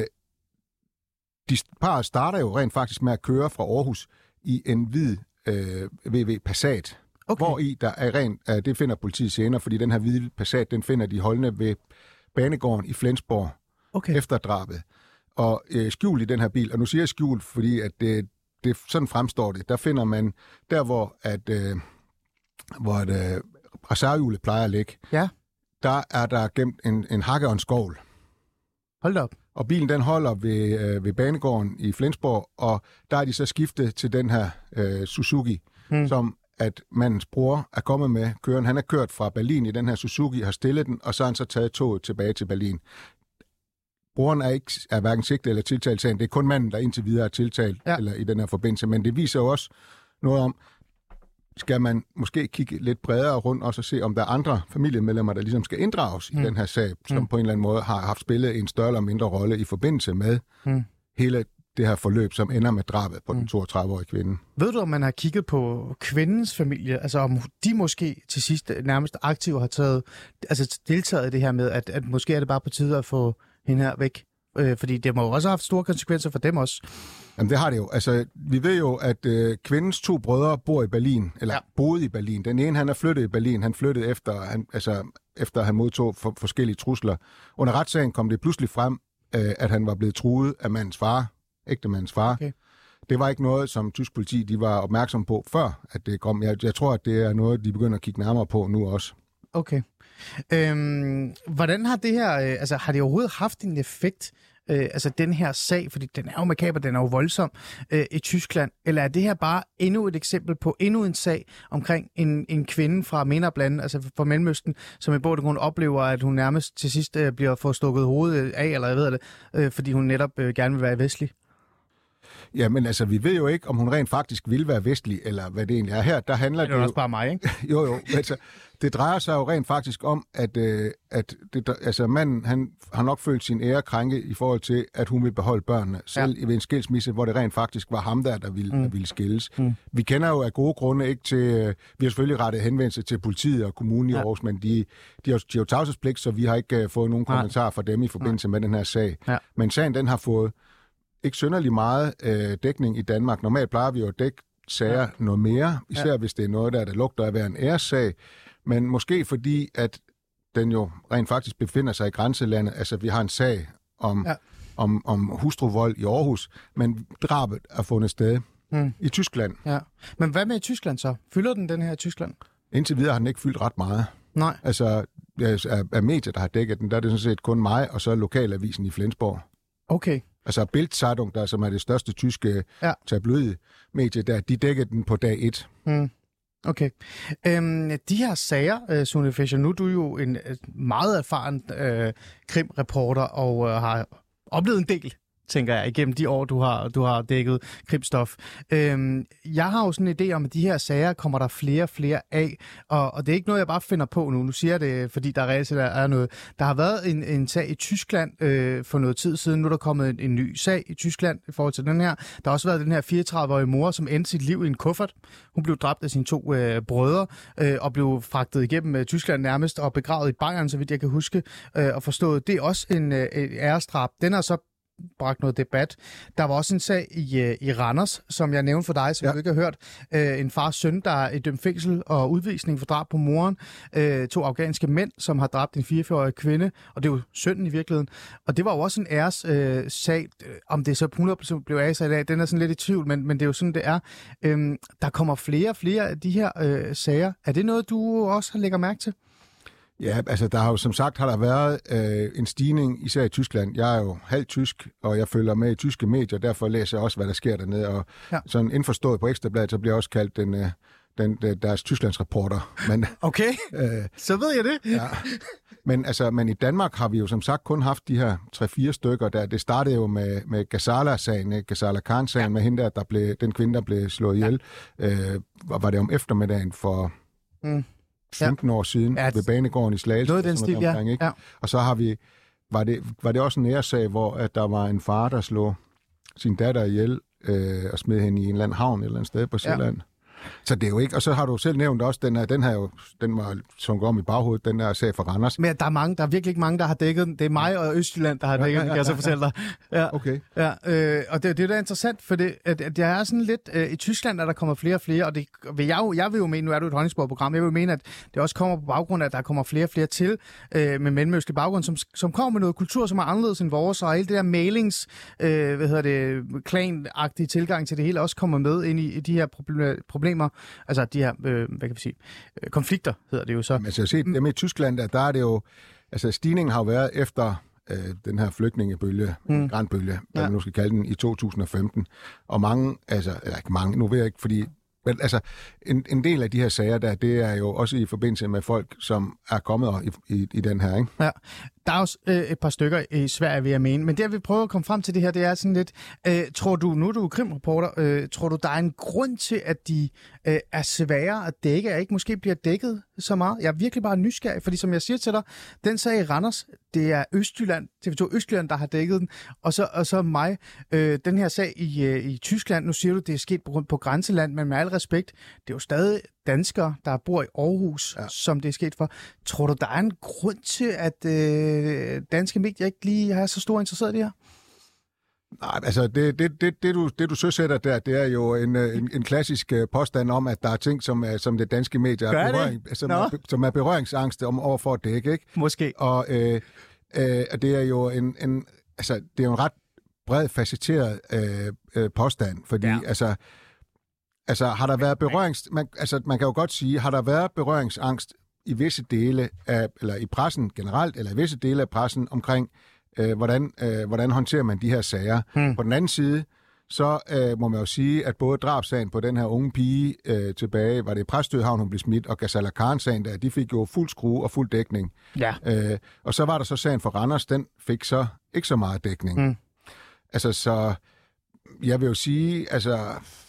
de par starter jo rent faktisk med at køre fra Aarhus i en hvid øh, V W Passat, okay. hvor i der er rent, øh, det finder politiet senere, fordi den her hvide Passat, den finder de holdende ved banegården i Flensborg okay. efter drabet. Og øh, skjult i den her bil, og nu siger jeg skjult, fordi at det, det sådan fremstår det, der finder man der, hvor at øh, hvor et, øh, reservehjulet plejer at ligge. Ja. Der er der gemt en, en hakke og en skovl. Hold da op. Og bilen den holder ved, øh, ved banegården i Flensborg, og der er de så skiftet til den her øh, Suzuki, hmm. som at mandens bror er kommet med køren. Han er kørt fra Berlin i den her Suzuki, har stillet den, og så har han så taget toget tilbage til Berlin. Broren er, ikke, er hverken sigtet eller tiltalt sagen. Det er kun manden, der indtil videre er tiltalt ja. eller i den her forbindelse. Men det viser jo også noget om, skal man måske kigge lidt bredere rundt og så se, om der er andre familiemedlemmer, der ligesom skal inddrages mm. i den her sag, som mm. på en eller anden måde har haft spillet en større eller mindre rolle i forbindelse med mm. hele det her forløb, som ender med drabet på mm. den toogtredive-årige kvinde. Ved du, om man har kigget på kvindens familie, altså om de måske til sidst nærmest aktivt har taget, altså deltaget i det her med, at, at måske er det bare på tide at få hende her væk? Øh, fordi det må jo også have haft store konsekvenser for dem også. Jamen det har det jo. Altså, vi ved jo, at øh, kvindens to brødre bor i Berlin, eller ja. boede i Berlin. Den ene, han er flyttet i Berlin. Han flyttede efter, han, altså, efter han modtog for, forskellige trusler. Under retssagen kom det pludselig frem, øh, at han var blevet truet af mandens far, ægtemandens far. Okay. Det var ikke noget, som tysk politi de var opmærksom på før, at det kom. Jeg, jeg tror, at det er noget, de begynder at kigge nærmere på nu også. Okay. Øhm, hvordan har det her, øh, altså har det overhovedet haft en effekt øh, altså den her sag, fordi den er jo makaber, den er jo voldsom øh, i Tyskland, eller er det her bare endnu et eksempel på endnu en sag omkring en, en kvinde fra MENAP-lande, altså fra Mellemøsten, som i bund og grund oplever, at hun nærmest til sidst øh, bliver fået stukket hovedet af, eller jeg ved det, øh, fordi hun netop øh, gerne vil være vestlig? Ja, men altså, vi ved jo ikke, om hun rent faktisk vil være vestlig, eller hvad det egentlig er. Her, der handler det, det er jo også bare mig, ikke? jo, jo. Altså, det drejer sig jo rent faktisk om, at, øh, at det, altså, manden han har nok følt sin ære krænke i forhold til, at hun vil beholde børnene. Selv ja. ved en skilsmisse, hvor det rent faktisk var ham der, der ville, mm. der ville skilles. Mm. Vi kender jo af gode grunde ikke til... Øh, vi har selvfølgelig rettet henvendelse til politiet og kommunen i ja. Aarhus, men de, de har, de har jo tavshedspligt, så vi har ikke øh, fået nogen kommentarer fra dem i forbindelse Nej. med den her sag. Ja. Men sagen, den har fået ikke synderlig meget øh, dækning i Danmark. Normalt plejer vi jo at dække sager ja. noget mere, især ja. hvis det er noget, der, der lugter af at være en æressag. Men måske fordi, at den jo rent faktisk befinder sig i grænselandet. Altså, vi har en sag om, ja. om, om hustruvold i Aarhus, men drabet er fundet sted mm. i Tyskland. Ja. Men hvad med i Tyskland så? Fylder den den her i Tyskland? Indtil videre har den ikke fyldt ret meget. Nej. Altså, af, af medier, der har dækket den, der er det sådan set kun mig, og så lokalavisen i Flensborg. Okay. Altså Bild-Zeitung, der som er det største tyske ja. tabloid-medie, der, de dækkede den på dag et. Mm. Okay. Øhm, de her sager, øh, Sune Fischer, nu er du jo en meget erfaren øh, krimreporter og øh, har oplevet en del, tænker jeg, igennem de år, du har, du har dækket krimstof. Øhm, jeg har jo sådan en idé om, at de her sager kommer der flere og flere af, og, og det er ikke noget, jeg bare finder på nu. Nu siger jeg det, fordi der reelt set er noget. Der har været en, en sag i Tyskland øh, for noget tid siden. Nu er der kommet en, en ny sag i Tyskland i forhold til den her. Der har også været den her fireogtredive-årige mor, som endte sit liv i en kuffert. Hun blev dræbt af sine to øh, brødre øh, og blev fragtet igennem øh, Tyskland nærmest og begravet i Bayern, så vidt jeg kan huske øh, og forstået. Det er også en øh, æresdrab. Den er så bragt noget debat. Der var også en sag i, i Randers, som jeg nævnte for dig, som ja. du ikke har hørt. Øh, en fars søn, der er dømt fængsel og udvisning for drab på moren. Øh, to afghanske mænd, som har dræbt en fireogfyrre-årig kvinde, og det er jo sønnen i virkeligheden. Og det var jo også en æres øh, sag. Om det så hundrede procent blev æres i dag, den er sådan lidt i tvivl, men, men det er jo sådan, det er. Øh, der kommer flere og flere af de her øh, sager. Er det noget, du også lægger mærke til? Ja, altså der har jo som sagt har der været øh, en stigning, især i Tyskland. Jeg er jo halvt tysk, og jeg følger med i tyske medier, derfor læser jeg også, hvad der sker dernede. Og ja. sådan indforstået på Ekstrabladet, så bliver jeg også kaldt den, øh, den, den, deres Tysklandsreporter. Men, okay, øh, så ved jeg det. ja. Men, altså, men i Danmark har vi jo som sagt kun haft de her tre-fire stykker. Der, det startede jo med, med Ghazala-sagen, Ghazala Khan-sagen, ja. med hende der, der blev, den kvinde, der blev slået ihjel. Ja. Øh, var det om eftermiddagen for... Mm. femten ja. år siden ja, ved banegården i Slagelse. Noget den stil, omkring, ja. Ikke? ja. Og så har vi, var det, var det også en æresag, hvor at der var en far, der slog sin datter ihjel øh, og smed hende i en eller anden havn et eller andet sted på Sjælland. Ja. Så det er jo ikke, og så har du selv nævnt også, den her, den her jo, den var sunket om i baghovedet, den der sag for Randers. Men der er mange, der er virkelig ikke mange, der har dækket den. Det er mig og Østjylland, der har dækket ja, ja, ja, den, kan jeg så fortælle dig. Ja. Okay. Ja, øh, og det, det er da interessant, for det, at, at jeg er sådan lidt, øh, i Tyskland er der kommer flere og flere, og det vil jeg, jo, jeg vil jo mene, nu er du et Honningsborg-program, jeg vil mene, at det også kommer på baggrund af, at der kommer flere og flere til øh, med mellemøstlig baggrund, som, som kommer med noget kultur, som er anderledes end vores, og hele det der mailings, øh, hvad hedder det, klanagtige tilgang til det hele, også kommer med ind i, i de her problemer, altså de her, øh, hvad kan vi sige, øh, konflikter, hedder det jo så. Men altså, jeg har set dem i Tyskland, der, der er det jo, altså stigningen har jo været efter øh, den her flygtningebølge, mm. grandbølge, hvad ja. man nu skal kalde den, i to tusind og femten. Og mange, altså, eller ikke mange, nu ved jeg ikke, fordi, men altså, en, en del af de her sager der, det er jo også i forbindelse med folk, som er kommet i, i, i den her, ikke? Ja. Der er også øh, et par stykker i Sverige, vil jeg mene. Men det, jeg vil prøve at komme frem til det her, det er sådan lidt... Øh, tror du, nu er du krimreporter, øh, tror du, der er en grund til, at de øh, er svære at dække, og ikke måske bliver dækket så meget? Jeg er virkelig bare nysgerrig, fordi som jeg siger til dig, den sag i Randers, det er Østjylland, T V to Østjylland, der har dækket den, og så, og så mig. Øh, den her sag i, øh, i Tyskland, nu siger du, det er sket på, på grænseland, men med al respekt, det er jo stadig danskere, der bor i Aarhus, ja. som det er sket for. Tror du, der er en grund til, at øh, danske medier ikke lige har så stor interesseret i det her? Nej, altså det, det, det, det, du, det du søsætter der, det er jo en, en, en klassisk påstand om, at der er ting, som, som det danske medier er, berøring, som, er, som er berøringsangst om overfor at dække, ikke? Måske. Og øh, øh, det er jo en, en, altså, det er jo en ret bred, facetteret øh, øh, påstand, fordi ja. altså, altså har der været berørings... Man, altså, man kan jo godt sige, har der været berøringsangst i visse dele af, eller i pressen generelt, eller i visse dele af pressen omkring øh, hvordan, øh, hvordan håndterer man de her sager. Hmm. På den anden side, så øh, må man jo sige, at både drabssagen på den her unge pige øh, tilbage, var det i Præstøhavn, hun blev smidt, og Ghazala Khan-sagen, der, de fik jo fuld skrue og fuld dækning. Ja. Øh, og så var der så sagen for Randers, den fik så ikke så meget dækning. Hmm. Altså, så jeg vil jo sige, altså...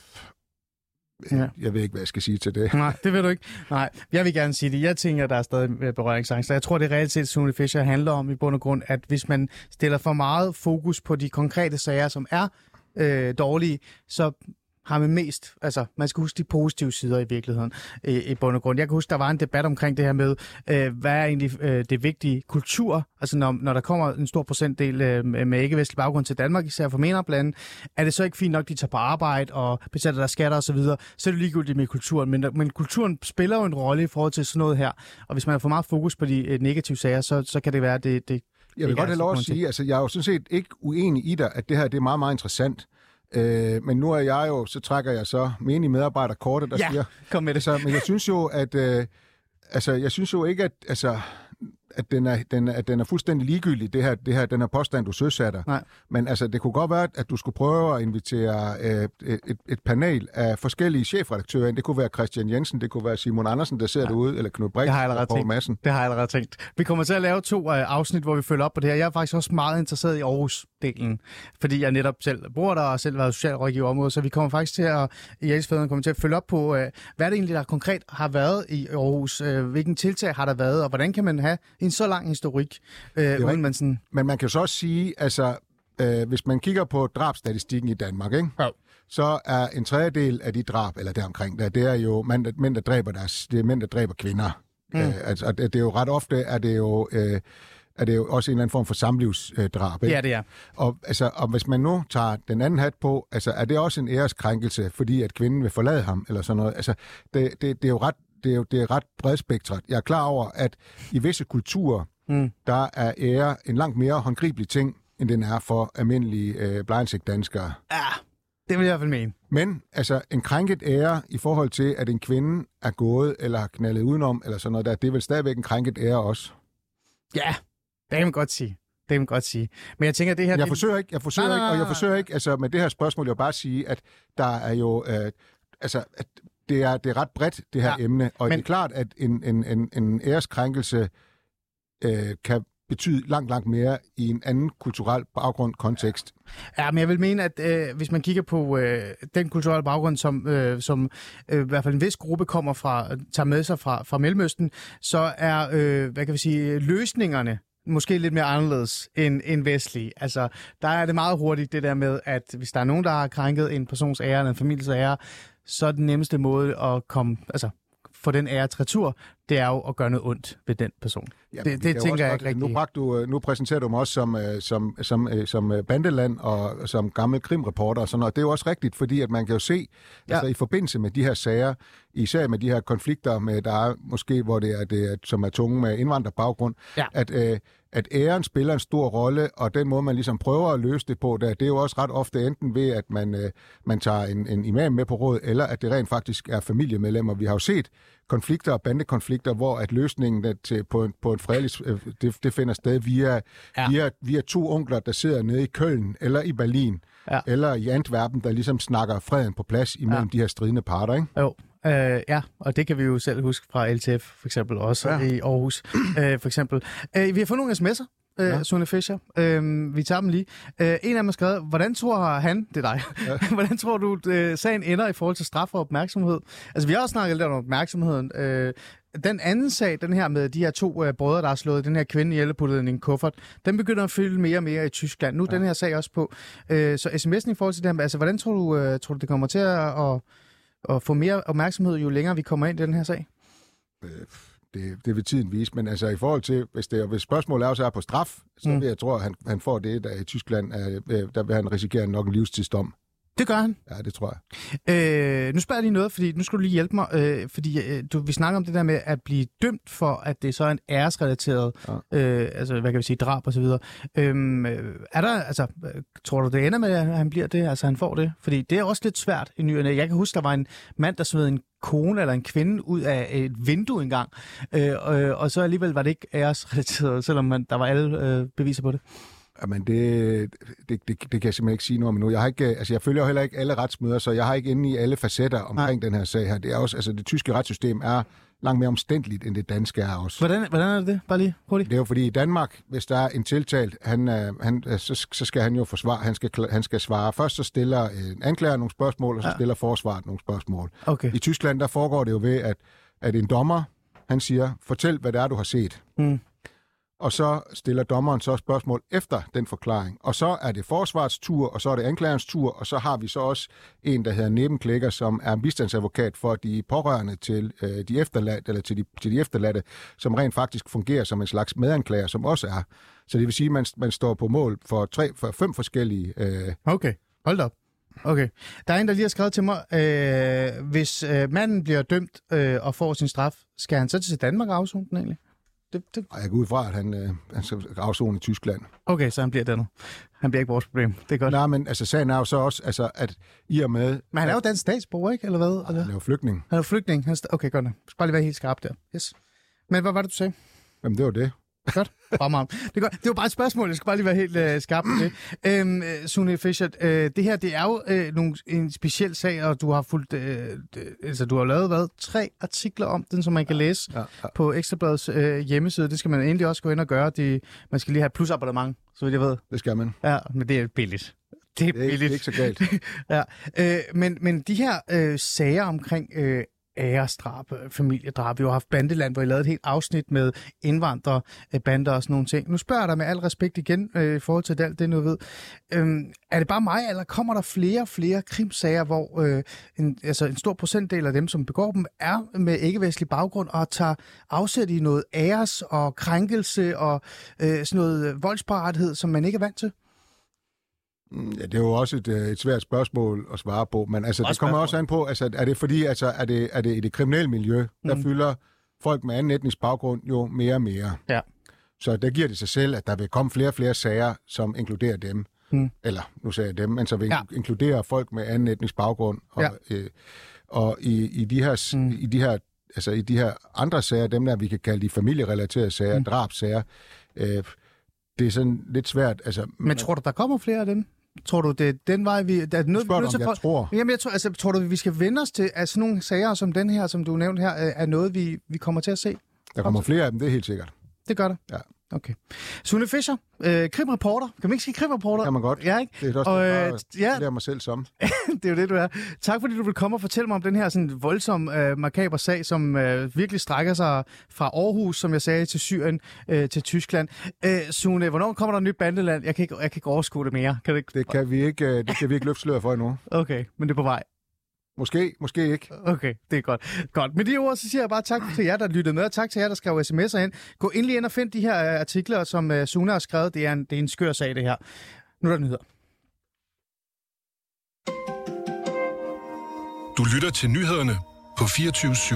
Ja. Jeg ved ikke, hvad jeg skal sige til det. Nej, det ved du ikke. Nej, jeg vil gerne sige det. Jeg tænker, at der er stadig berøringsangst. Jeg tror, det reelt set, Sune Fischer handler om i bund og grund, at hvis man stiller for meget fokus på de konkrete sager, som er øh, dårlige, så har man mest, altså man skal huske de positive sider i virkeligheden i, i bund og grund. Jeg kan huske, der var en debat omkring det her med, øh, hvad er egentlig øh, det vigtige kultur, altså når, når der kommer en stor procentdel øh, med ikke-vestlig baggrund til Danmark, især for MENAP-lande, er det så ikke fint nok, de tager på arbejde og betaler der skatter osv., så, så er det ligegyldigt med kulturen, men, men kulturen spiller jo en rolle i forhold til sådan noget her, og hvis man har for meget fokus på de øh, negative sager, så, så kan det være, at det, det jeg vil godt have lov at sige, altså jeg er jo sådan set ikke uenig i dig, at det her det er meget, meget interessant. Øh, men nu er jeg jo, så trækker jeg så menige medarbejderkortet, der ja, siger... kom med det. Altså, men jeg synes jo, at... Øh, altså, jeg synes jo ikke, at... Altså, at den er, den, at den er fuldstændig ligegyldig, det her, det her, den her påstand, du søsætter. Nej. Men altså, det kunne godt være, at du skulle prøve at invitere øh, et, et panel af forskellige chefredaktører. Det kunne være Christian Jensen, det kunne være Simon Andersen, der sidder ja. derude, eller Knud Brix og Poul Madsen. Det har jeg allerede tænkt. Vi kommer til at lave to uh, afsnit, hvor vi følger op på det her. Jeg er faktisk også meget interesseret i Aarhus-delen, fordi jeg netop selv bor der og selv har været socialrådgiver i området, så vi kommer faktisk til at, i Alis Fædreland kommer til at følge op på, uh, hvad det egentlig, der konkret har været i Aarhus. Uh, hvilken tiltag har der været, og hvordan kan man have en så lang historik, øh, uden man sådan... Men man kan jo så også sige, altså, øh, hvis man kigger på drabstatistikken i Danmark, ikke? Ja. Så er en tredjedel af de drab, eller deromkring, der, det er jo mænd, der, mænd, der dræber deres, det er mænd, der dræber kvinder. Mm. Øh, altså, det, det er jo ret ofte, er det jo... Øh, er det jo også en eller anden form for samlivsdrab, ikke? Ja, det er. Og, altså, og hvis man nu tager den anden hat på, altså, er det også en æreskrænkelse, fordi at kvinden vil forlade ham, eller sådan noget? Altså, det, det, det er jo ret Det er jo det er ret bredspektret. Jeg er klar over, at i visse kulturer, mm. der er ære en langt mere håndgribelig ting, end den er for almindelige øh, blindsigtdanskere. Ja, det vil jeg i hvert fald mene. Men altså, en krænket ære i forhold til, at en kvinde er gået eller har knaldet udenom, eller sådan noget der, det er vel stadigvæk en krænket ære også. Ja, det kan man godt sige. Det kan man godt sige. Men jeg tænker, det her... Jeg det... forsøger ikke, jeg forsøger nej, nej, nej, ikke, og jeg forsøger ikke, altså med det her spørgsmål, jeg vil bare sige, at der er jo, øh, altså, at det er, det er ret bredt, det her ja, emne, og men... det er klart, at en, en, en, en æreskrænkelse øh, kan betyde langt, langt mere i en anden kulturel baggrund, kontekst. Ja, men jeg vil mene, at øh, hvis man kigger på øh, den kulturelle baggrund, som, øh, som øh, i hvert fald en vis gruppe kommer fra, tager med sig fra, fra Mellemøsten, så er, øh, hvad kan vi sige, løsningerne måske lidt mere anderledes end, end vestlige. Altså, der er det meget hurtigt det der med, at hvis der er nogen, der har krænket en persons ære eller en families ære, så er den nemmeste måde at komme, altså få den ære retur, det er jo at gøre noget ondt ved den person. Ja, det det tænker jeg godt, ikke rigtigt. Nu, du, nu præsenterer du mig også som, som, som, som bandeland og som gammel krimreporter og sådan noget. Det er jo også rigtigt, fordi at man kan jo se, ja. altså i forbindelse med de her sager, især med de her konflikter, med der er måske, hvor det er, det er som er tunge med indvandrerbaggrund, ja. at, øh, at æren spiller en stor rolle, og den måde, man ligesom prøver at løse det på, der, det er jo også ret ofte enten ved, at man, øh, man tager en, en imam med på råd, eller at det rent faktisk er familiemedlemmer. Vi har jo set konflikter og bandekonflikter, hvor at løsningen der til, på, en, på en fredelig, det, det finder sted via, ja. via, via to onkler, der sidder nede i Køln, eller i Berlin, ja. eller i Antwerpen, der ligesom snakker freden på plads imellem ja. de her stridende parter, ikke? Jo. Uh, ja, og det kan vi jo selv huske fra L T F, for eksempel også ja. i Aarhus, uh, for eksempel. Uh, vi har fået nogle sms'er, uh, ja. Sune Fischer. Uh, vi tager dem lige. Uh, en af dem har skrevet, hvordan tror han, det er dig, ja. hvordan tror du, uh, sagen ender i forhold til straf og opmærksomhed? Altså, vi har også snakket lidt om opmærksomheden. Uh, den anden sag, den her med de her to uh, brødre, der har slået den her kvinde ihjel og puttet i en kuffert, den begynder at fylde mere og mere i Tyskland. Nu er ja. den her sag også på. Uh, så sms'en i forhold til det her, altså, hvordan tror du, uh, tror du det kommer til at... at og få mere opmærksomhed, jo længere vi kommer ind i den her sag? Det, det vil tiden vise, men altså i forhold til, hvis, det, hvis spørgsmålet er så er på straf, så mm. vil jeg tror, at han, han får det, der i Tyskland, øh, der vil han risikere nok en livstidsdom. Det gør han? Ja, det tror jeg. Øh, nu spørger jeg lige noget, fordi nu skal du lige hjælpe mig, øh, fordi øh, du, vi snakker om det der med at blive dømt for, at det så er en æresrelateret, ja. øh, altså hvad kan vi sige, drab og så videre. Øh, er der, altså, tror du det ender med, at han bliver det, altså han får det? Fordi det er også lidt svært i ny og næ. Jeg kan huske, der var en mand, der smed en kone eller en kvinde ud af et vindue engang, øh, øh, og så alligevel var det ikke æresrelateret, selvom man, der var alle øh, beviser på det. Jamen, det, det, det, det kan jeg simpelthen ikke sige noget om nu. Jeg har ikke, altså, jeg følger jo heller ikke alle retsmøder, så jeg har ikke inde i alle facetter omkring Nej. den her sag her. Det er også, altså, det tyske retssystem er langt mere omstændeligt, end det danske er også. Hvordan, hvordan er det det? Bare lige hurtigt. Det er jo fordi i Danmark, hvis der er en tiltalt, han, han, så, så skal han jo forsvare, han skal, han skal svare. Først så stiller en anklager nogle spørgsmål, og så ja. stiller forsvaret nogle spørgsmål. Okay. I Tyskland, der foregår det jo ved, at, at en dommer, han siger, fortæl, hvad det er, du har set. Mm. Og så stiller dommeren så spørgsmål efter den forklaring. Og så er det forsvarets tur, og så er det anklagerens tur, og så har vi så også en, der hedder Nebenklækker, som er en bistandsadvokat for de pårørende til øh, de efterladte, eller til de, til de efterladte, som rent faktisk fungerer som en slags medanklager, som også er. Så det vil sige, at man, man står på mål for, tre, for fem forskellige... Øh... Okay, hold da op. Okay. Der er en, der lige har skrevet til mig, øh, hvis øh, manden bliver dømt øh, og får sin straf, skal han så til Danmark og afsone den egentlig? Det, det... Jeg går ud fra, at han, øh, han skal afzone i Tyskland. Okay, så han bliver dernede. Han bliver ikke vores problem. Det er godt. Nej, men altså, sagen er jo så også, altså, at i og med... Men han er jo dansk statsborger, ikke? Eller hvad? Eller? Han er jo flygtning. Han er jo flygtning. Han er... Okay, godt. Jeg skal bare lige være helt skarp der. Yes. Men hvad var det, du sagde? Jamen, det var det. Godt. Det, er det var bare et spørgsmål. Jeg skal bare lige være helt øh, skarp på det. Øhm, Sune Fischer, øh, det her, det er jo øh, nogle, en speciel sag, og du har fulgt, øh, altså du har lavet, hvad, tre artikler om den, som man kan læse ja, ja. på Ekstrabladets øh, hjemmeside. Det skal man endelig også gå ind og gøre. Det, man skal lige have plusabonnement, så vidt jeg ved. Det skal man. Ja, men det er billigt. Det er, det er, billigt. Det er ikke så galt. ja, øh, men, men de her øh, sager omkring... Øh, æresdrab, familiedrab. Vi har haft Bandeland, hvor I lavede et helt afsnit med indvandrere, bander og sådan nogle ting. Nu spørger jeg dig med al respekt igen øh, i forhold til alt det, du ved. Øhm, er det bare mig, eller kommer der flere og flere krimsager, hvor øh, en, altså en stor procentdel af dem, som begår dem, er med ikke-vestlig baggrund og tager afsæt i noget æres og krænkelse og øh, sådan noget voldsparathed, som man ikke er vant til? Ja, det er jo også et, et svært spørgsmål at svare på, men altså, det kommer også an på, altså, er det fordi, altså, er det, er det i det kriminelle miljø, der mm. fylder folk med anden etnisk baggrund jo mere og mere. Ja. Så der giver det sig selv, at der vil komme flere og flere sager, som inkluderer dem. Mm. Eller, nu siger jeg dem, men så vil ja. inkludere folk med anden etnisk baggrund. Og, ja. øh, og i, i, de her, mm. i, de her, altså, i de her andre sager, dem der vi kan kalde de familierelaterede sager, mm. drabsager, øh, det er sådan lidt svært. Altså, men tror du, der kommer flere af dem? Tror du, det er den vej, vi... Der er noget, spørger vi om, jeg for... tror. Jamen, jeg tror, altså, tror du, vi skal vende os til, at sådan nogle sager som den her, som du nævnte her, er noget, vi, vi kommer til at se? Der kommer flere af dem, det er helt sikkert. Det gør der? Ja. Okay. Sune Fischer, øh, krimreporter. Kan man ikke sige krimreporter? Kan man godt. Ja, ikke? Det er også og, det, øh, ja. det er mig selv som. Det er jo det, du er. Tak fordi du vil komme og fortælle mig om den her sådan voldsom, øh, makaber sag, som øh, virkelig strækker sig fra Aarhus, som jeg sagde, til Syrien, øh, til Tyskland. Øh, Sune, hvornår kommer der et nyt Bandeland? Jeg kan ikke, jeg kan ikke overskue det mere. Kan det, ikke? Det kan vi ikke, det kan vi ikke løfte slør for endnu. Okay, men det er på vej. Måske, måske ikke. Okay, det er godt. Godt. Med de ord, så siger jeg bare tak til jer, der lyttede med, og tak til jer, der skrev sms'er ind. Gå endelig ind og find de her uh, artikler, som uh, Sune har skrevet. Det er, en, det er en skør sag, det her. Nu er der nyheder. Du lytter til nyhederne på fireogtyve syv.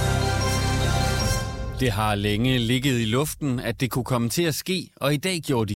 Det har længe ligget i luften, at det kunne komme til at ske, og i dag gjorde de